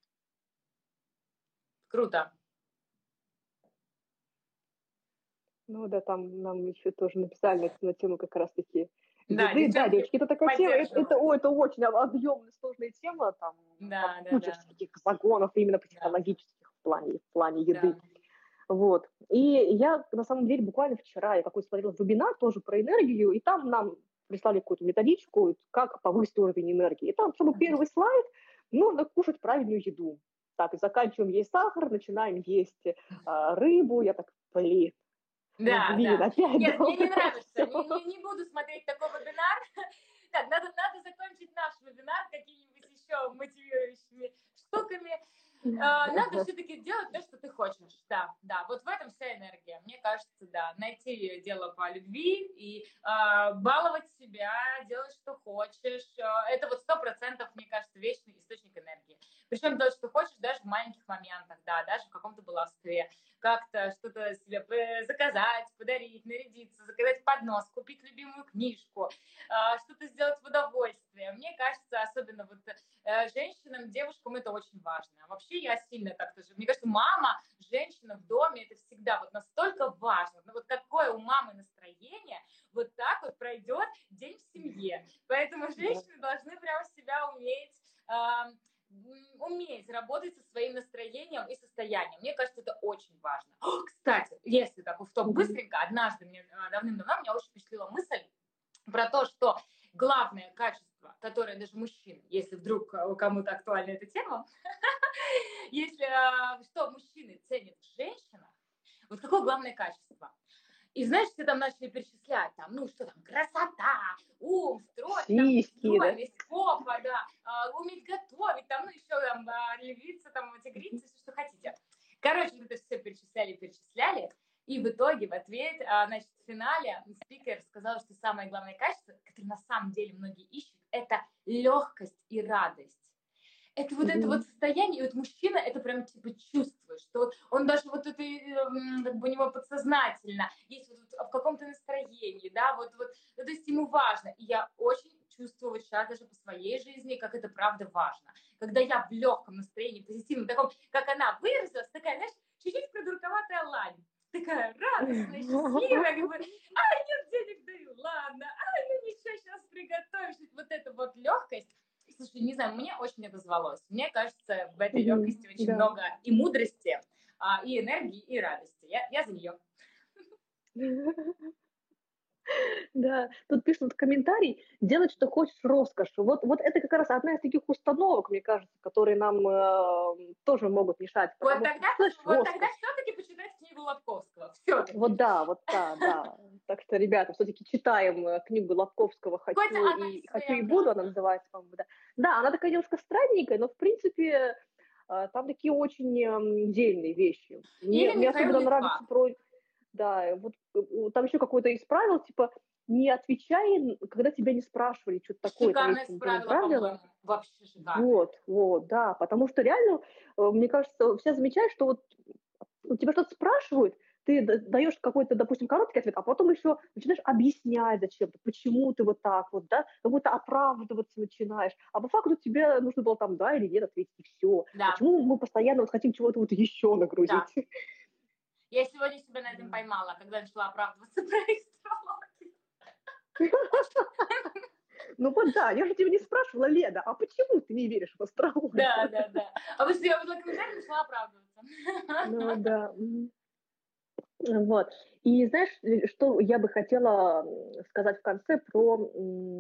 Круто. Ну да, там нам еще тоже написали на тему как раз-таки. Да, еды. Да, девочки, это такая тема, это, это, о, это очень объемная, сложная тема, там да, куча да, всяких загонов именно психологических да. в плане, в плане еды. Да. Вот. И я, на самом деле, буквально вчера я какой-то смотрела вебинар тоже про энергию, и там нам прислали какую-то методичку, как повысить уровень энергии. И там, чтобы первый слайд, нужно кушать правильную еду. Так, и заканчиваем есть сахар, начинаем есть а, рыбу. Я так, блин. Да, ну, блин, да. Опять Нет, долго. мне не нравится. Не, не, не буду смотреть такой вебинар. Так, надо, надо закончить наш вебинар какими-нибудь еще мотивирующими штуками. Надо все-таки делать то, что ты хочешь. Да, да, вот в этом вся энергия. Мне кажется, да, найти дело по любви и э, баловать себя, делать, что хочешь. Это вот сто процентов, мне кажется, вечный источник энергии. Причем делать, что хочешь, даже в маленьких моментах, да, даже в каком-то баловстве. Как-то что-то себе заказать, подарить, нарядиться, заказать поднос, купить любимую книжку, э, что-то сделать в удовольствие. Мне кажется, особенно вот э, женщинам, девушкам это очень важно. Вообще я сильно так тоже. Мне кажется, мама, женщина в доме, это всегда вот настолько важно. Ну вот какое у мамы настроение, вот так вот пройдет день в семье. Поэтому женщины должны прямо себя уметь, э, уметь работать со своим настроением и состоянием. Мне кажется, это очень важно. О, кстати, если так в том быстренько, однажды мне давным-давно меня очень впечатлила мысль про то, что главное качество, которое даже мужчины, если вдруг кому-то актуальна эта тема, если что мужчины ценят в женщинах, вот какое главное качество? И знаешь, все там начали перечислять, там, ну что там, красота, ум, строй, стройность, да? попа, да, а, уметь готовить, там, ну еще там, львица, там, тигрица, все, что хотите. Короче, вот это все перечисляли, перечисляли, и в итоге, в ответ, а, значит, в финале спикер сказал, что самое главное качество, которое на самом деле многие ищут, это легкость и радость. Это вот mm-hmm. это вот состояние, и вот мужчина это прям типа чувствует, что он даже вот это, как бы у него подсознательно есть вот, вот в каком-то настроении, да, вот, вот, то есть ему важно. И я очень чувствую вот сейчас даже по своей жизни, как это правда важно. Когда я в легком настроении, позитивном, таком, как она выразилась, такая, знаешь, чуть-чуть придурковатая лань. Такая радостная, счастливая, как бы, ай, нет денег даю, ладно, ай, ну ничего, сейчас приготовишь. Вот эта вот легкость. Слушай, не знаю, мне очень это звалось. Мне кажется, в этой легкости очень да. много и мудрости, а, и энергии, и радости. Я, я за нее. Да, тут пишут комментарий, делать, что хочешь, роскошь. Вот, вот это как раз одна из таких установок, мне кажется, которые нам э, тоже могут мешать. Вот тогда, что, вот тогда все-таки почитать книгу Лобковского. Все-таки. Вот да, вот да, да. Так что, ребята, все-таки читаем книгу Лобковского «Хочу и, хочу и буду», она называется, по-моему, да. Да, она такая немножко странненькая, но, в принципе, там такие очень дельные вещи. Мне, мне особенно нравится про... Да, вот там еще какой-то из правил, типа, не отвечай, когда тебя не спрашивали, что-то такое. Шикарное правило, правило. Вообще шикарно. Вот, вот, да, потому что реально, мне кажется, все замечают, что вот у тебя что-то спрашивают, ты даешь какой-то, допустим, короткий ответ, а потом еще начинаешь объяснять зачем-то, почему ты вот так вот, да, как будто оправдываться начинаешь. А по факту тебе нужно было там да или нет ответить, и все. Да. Почему мы постоянно вот хотим чего-то вот еще нагрузить? Да. Я сегодня себя на этом поймала, когда начала оправдываться про астрологию. Ну вот да, я же тебя не спрашивала, Леда, а почему ты не веришь в астрологию? Да, да, да. А вы что, я в комментариях начала оправдываться. Ну да. Вот. И знаешь, что я бы хотела сказать в конце про,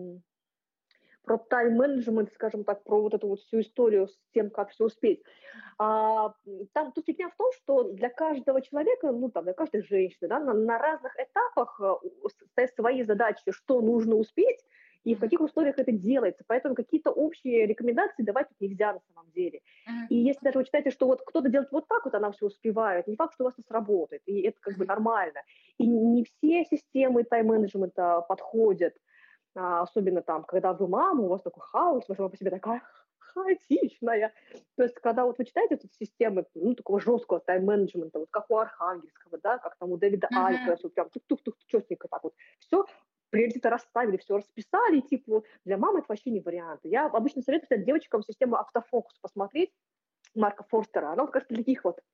про тайм-менеджмент, скажем так, про вот эту вот всю историю с тем, как все успеть. А, там тут фигня в том, что для каждого человека, ну там, для каждой женщины, да, на, на разных этапах стоят свои задачи, что нужно успеть, и в каких условиях это делается. Поэтому какие-то общие рекомендации давать тут нельзя на самом деле. Uh-huh. И если даже вы читаете, что вот кто-то делает вот так, вот она все успевает, не факт, что у вас это сработает, и это как бы нормально. И не все системы тайм-менеджмента подходят, особенно там, когда вы мама, у вас такой хаос, вы сама по себе такая хаотичная. То есть, когда вот вы читаете эти системы, ну, такого жесткого тайм-менеджмента, вот как у Архангельского, да, как там у Дэвида uh-huh. Альфа, вот прям тук-тук-тук, четенько так вот, все, приоритеты расставили, все расписали, типа, для мамы это вообще не вариант. Я обычно советую кстати, девочкам систему автофокус посмотреть Марка Форстера. Она, кажется, для таких вот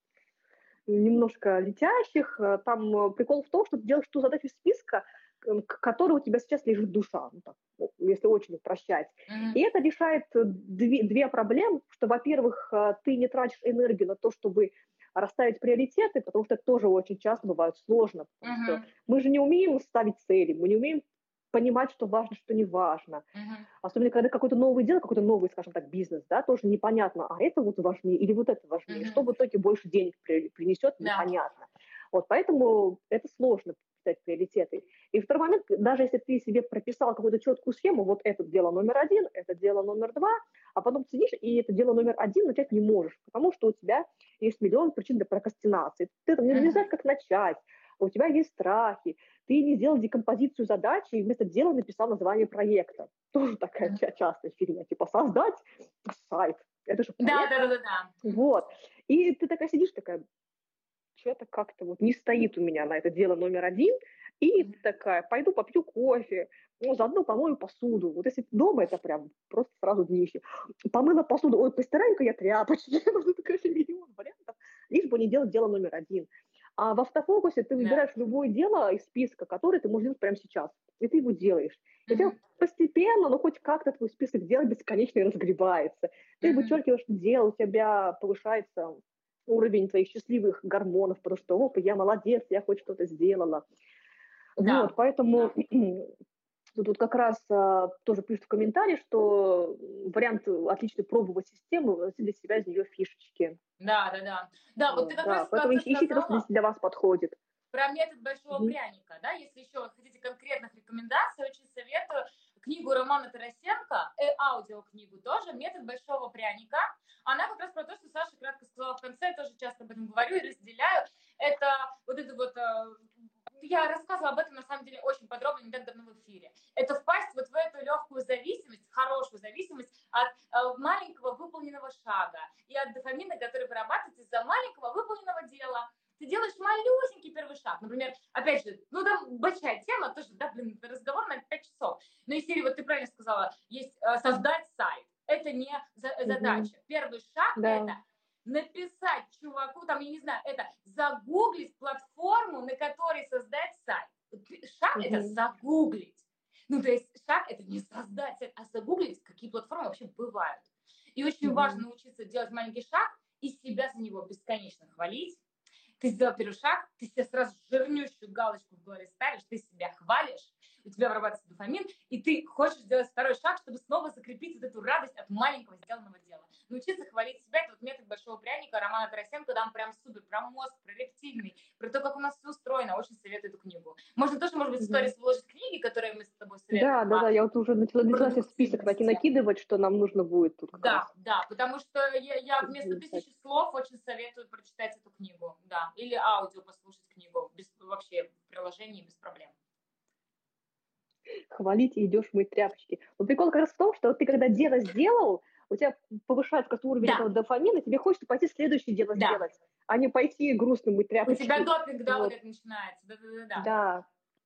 немножко летящих. Там прикол в том, что ты делаешь ту задачу из списка, к которой у тебя сейчас лежит душа, ну, так, если очень упрощать. Mm-hmm. И это решает две, две проблемы, что, во-первых, ты не тратишь энергию на то, чтобы расставить приоритеты, потому что это тоже очень часто бывает сложно. Потому uh-huh. что мы же не умеем ставить цели, мы не умеем понимать, что важно, что не важно. Uh-huh. Особенно, когда какое-то новое дело, какой-то новый, скажем так, бизнес, да, тоже непонятно, а это вот важнее или вот это важнее. Uh-huh. Что в итоге больше денег принесет, yeah. непонятно. Вот, поэтому это сложно писать приоритеты. И второй момент, даже если ты себе прописал какую-то четкую схему, вот это дело номер один, это дело номер два, а потом сидишь и это дело номер один начать не можешь, потому что у тебя есть миллион причин для прокрастинации. Ты там не знаешь, как начать, у тебя есть страхи, ты не сделал декомпозицию задачи и вместо дела написал название проекта. Тоже такая mm-hmm. частая фигня, типа создать сайт. Это же проект. Да, да, да, да. Вот. И ты такая сидишь, такая, что-то как-то вот не стоит у меня на это дело номер один, и mm-hmm. такая, пойду попью кофе, ну, заодно помою посуду. Вот если дома, это прям просто сразу днище. Помыла посуду, ой, постираю-ка я тряпочки. Ну, такая миллион вариантов, лишь бы не делать дело номер один. А в автофокусе ты выбираешь yeah. любое дело из списка, которое ты можешь делать прямо сейчас, и ты его делаешь. И mm-hmm. постепенно, ну, хоть как-то твой список дел бесконечно разгребается. Ты mm-hmm. вычеркиваешь дело, у тебя повышается уровень твоих счастливых гормонов, потому что, опа, я молодец, я хоть что-то сделала. Да. Вот, поэтому yeah. тут как раз а, тоже пишут в комментариях, что вариант отличный пробовать систему, для себя из нее фишечки. Да, да, да. Да, вот, вот ты как да, раз поэтому ищите то, что для вас подходит. Про метод большого mm-hmm. пряника, да, если еще хотите конкретных рекомендаций, очень советую книгу Романа Тарасенко, э, аудиокнигу тоже, «Метод большого пряника». Она как раз про то, что Саша кратко сказала в конце, я тоже часто об этом говорю и разделяю. Это вот это вот, я рассказывала об этом на самом деле очень подробно, не так давно в эфире. Это впасть вот в эту легкую зависимость, хорошую зависимость от э, маленького выполненного шага и от дофамина, который вырабатывается из-за маленького выполненного дела. Ты делаешь малюсенький первый шаг. Например, опять же, ну там большая тема, тоже, да, блин, разговор на пять часов. Но из серии, вот ты правильно сказала, есть э, создать сайт. Это не за, задача. Mm-hmm. Первый шаг да. это написать чуваку, там, я не знаю, это загуглить платформу, на которой создать сайт. Шаг mm-hmm. это загуглить. Ну, то есть шаг это не создать сайт, а загуглить, какие платформы вообще бывают. И очень mm-hmm. важно научиться делать маленький шаг и себя за него бесконечно хвалить. Ты сделал первый шаг, ты себе сразу жирнющую галочку в голове ставишь, ты себя хвалишь, у тебя вырабатывается дофамин, и ты хочешь сделать второй шаг, чтобы снова закрепить вот эту радость от маленького сделанного дела. Научиться хвалить себя, это вот метод большого пряника Романа Тарасенко, там прям супер, про мозг, про рептильный, про то, как у нас все устроено. Очень советую эту книгу. Можно тоже, может быть, сторис выложить книги, которые мы с тобой советуем. Да, да, да, я вот уже начала, начала себе список таки накидывать, что нам нужно будет тут. Да, раз. да, потому что я, я вместо тысячи слов очень советую прочитать эту книгу, да, или аудио послушать книгу, без, вообще в приложении без проблем. Хвалить и идешь мыть тряпочки. Но прикол как раз в том, что ты когда дело сделал, у тебя повышается как-то уровень да. этого дофамина, тебе хочется пойти следующее дело да. сделать, а не пойти грустно мыть тряпочки. У тебя допинг, да, вот, вот это начинается. Да-да-да. Да.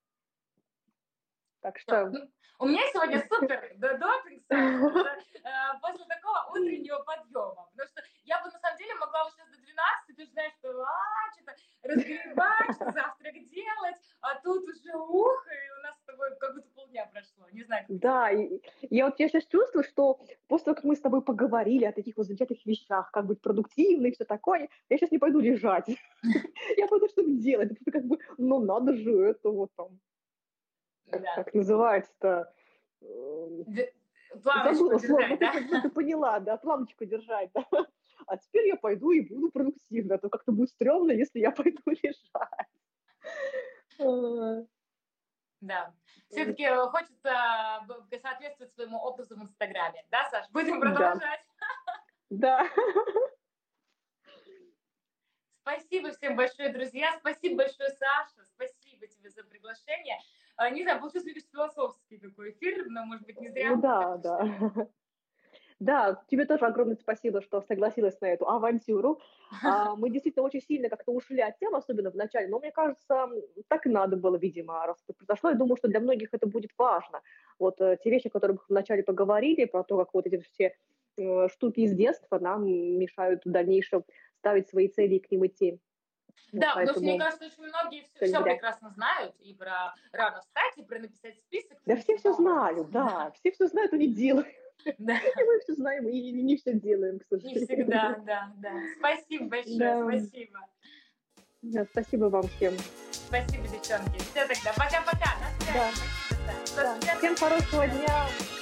Так что... Ну, у меня сегодня супер допинг после такого утреннего подъема. Потому что я бы на самом деле могла вот сейчас до двенадцати, ты же знаешь, что а, что-то разгребать, что завтрак делать, а тут уже ух, и у нас с тобой как будто полдня прошло, не знаю. Да, и, Я вот я сейчас чувствую, что после того, как мы с тобой поговорили о таких вот замечательных вещах, как быть продуктивной и все такое, я сейчас не пойду лежать. Я пойду что-то делать. Это как бы, ну надо же, это вот там, как называется-то? Планочку держать, да? Ты поняла, да, планочку держать, да. А теперь я пойду и буду продуктивна, а то как-то будет стрёмно, если я пойду лежать. Да. Все-таки хочется соответствовать своему образу в Инстаграме. Да, Саш? Будем продолжать. Да. Спасибо всем большое, друзья. Спасибо большое, Саша. Спасибо тебе за приглашение. Не знаю, получился, видишь, философский такой эфир, но, может быть, не зря. Ну да, да. Да, тебе тоже огромное спасибо, что согласилась на эту авантюру. А, мы действительно очень сильно как-то ушли от темы, особенно в начале, но мне кажется, так и надо было, видимо, раз это произошло. Я думаю, что для многих это будет важно. Вот э, те вещи, о которых мы вначале поговорили, про то, как вот эти все э, штуки из детства нам мешают в дальнейшем ставить свои цели и к ним идти. Да, вот, потому что, мне кажется, очень многие все, все прекрасно знают и про рано встать, и про написать список. Да все все знают, да, все все знают, но не делают. Да. И мы все знаем, и не все делаем, к сожалению. Не всегда, да, да. Спасибо большое, да. Спасибо. Да, спасибо вам всем. Спасибо, девчонки. Все тогда, пока-пока. На связи. Да. Спасибо, да. Всем хорошего дня.